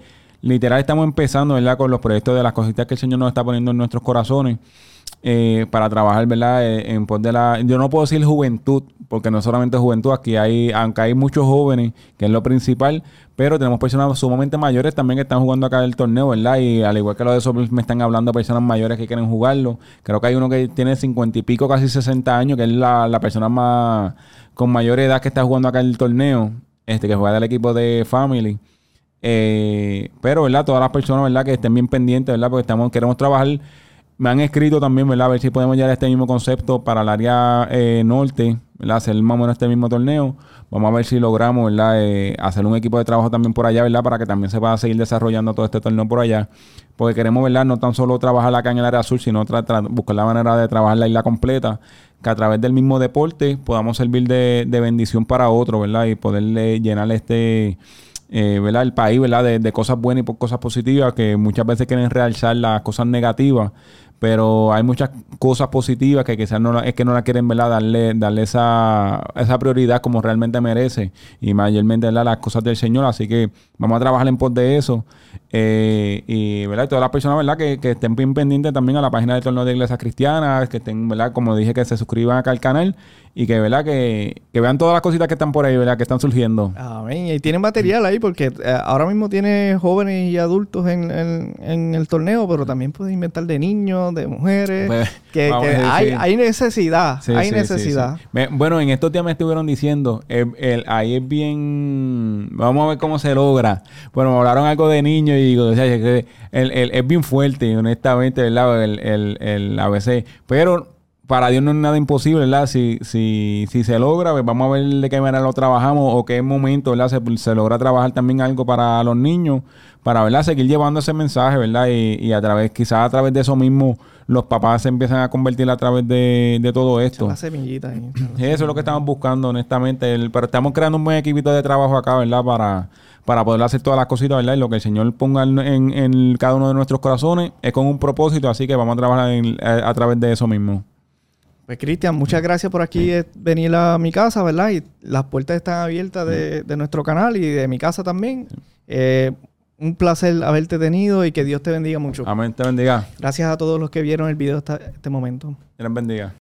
literal estamos empezando, ¿verdad? Con los proyectos de las cositas que el Señor nos está poniendo en nuestros corazones. Eh, para trabajar, ¿verdad? Eh, en pos de la... Yo no puedo decir juventud, porque no solamente juventud, aquí hay, aunque hay muchos jóvenes, que es lo principal, pero tenemos personas sumamente mayores también que están jugando acá el torneo, ¿verdad? Y al igual que lo de eso, me están hablando personas mayores que quieren jugarlo. Creo que hay uno que tiene cincuenta y pico, casi sesenta años, que es la, la persona más con mayor edad que está jugando acá el torneo, este que juega del equipo de Family. Eh, pero, ¿verdad? Todas las personas, ¿verdad? Que estén bien pendientes, ¿verdad? Porque estamos, queremos trabajar. Me han escrito también, ¿verdad? A ver si podemos llevar este mismo concepto para el área eh, norte, ¿verdad? Hacer más o menos este mismo torneo. Vamos a ver si logramos, ¿verdad? Eh, hacer un equipo de trabajo también por allá, ¿verdad? Para que también se pueda seguir desarrollando todo este torneo por allá. Porque queremos, ¿verdad? No tan solo trabajar acá en el área sur, sino tra- tra- buscar la manera de trabajar la isla completa. Que a través del mismo deporte podamos servir de, de bendición para otros, ¿verdad? Y poderle llenar este... Eh, ¿verdad? El país, ¿verdad? De, de cosas buenas y por cosas positivas, que muchas veces quieren realzar las cosas negativas, pero hay muchas cosas positivas que quizás no la, es que no la quieren, ¿verdad? Darle, darle esa, esa prioridad como realmente merece, y mayormente, ¿verdad? Las cosas del Señor. Así que vamos a trabajar en pos de eso. Eh, y, ¿verdad? Y todas las personas, ¿verdad? Que, que estén bien pendientes también a la página del Torneo de Iglesias Cristianas, que estén, ¿verdad? Como dije, que se suscriban acá al canal y que, ¿verdad? Que, que vean todas las cositas que están por ahí, ¿verdad? Que están surgiendo. Amén. Y tienen material ahí porque eh, ahora mismo tiene jóvenes y adultos en, en, en el torneo, pero también puedes inventar de niños, de mujeres. Pues, que, que hay, hay necesidad. Sí, hay sí, necesidad. Sí, sí. Me, bueno, en estos días me estuvieron diciendo, el, el, ahí es bien... Vamos a ver cómo se logra. Bueno, me hablaron algo de niños y digo, o sea, el, el, es bien fuerte, honestamente, ¿verdad? El, el, el A B C. Pero... para Dios no es nada imposible, ¿verdad? Si, si, si se logra, pues vamos a ver de qué manera lo trabajamos o qué momento, ¿verdad? Se, se logra trabajar también algo para los niños, para, ¿verdad? Seguir llevando ese mensaje, ¿verdad? Y, y a través, quizás a través de eso mismo, los papás se empiezan a convertir a través de, de todo esto. La semillita ahí. Eso es lo que estamos buscando, honestamente. El, pero estamos creando un buen equipito de trabajo acá, ¿verdad? Para... para poder hacer todas las cositas, ¿verdad? Y lo que el Señor ponga en, en, en cada uno de nuestros corazones es con un propósito, así que vamos a trabajar en, a, a través de eso mismo. Pues Cristian, muchas gracias por aquí eh, venir a mi casa, ¿verdad? Y las puertas están abiertas de, de nuestro canal y de mi casa también. Eh, un placer haberte tenido y que Dios te bendiga mucho. Amén, te bendiga. Gracias a todos los que vieron el video hasta este momento. Dios les bendiga.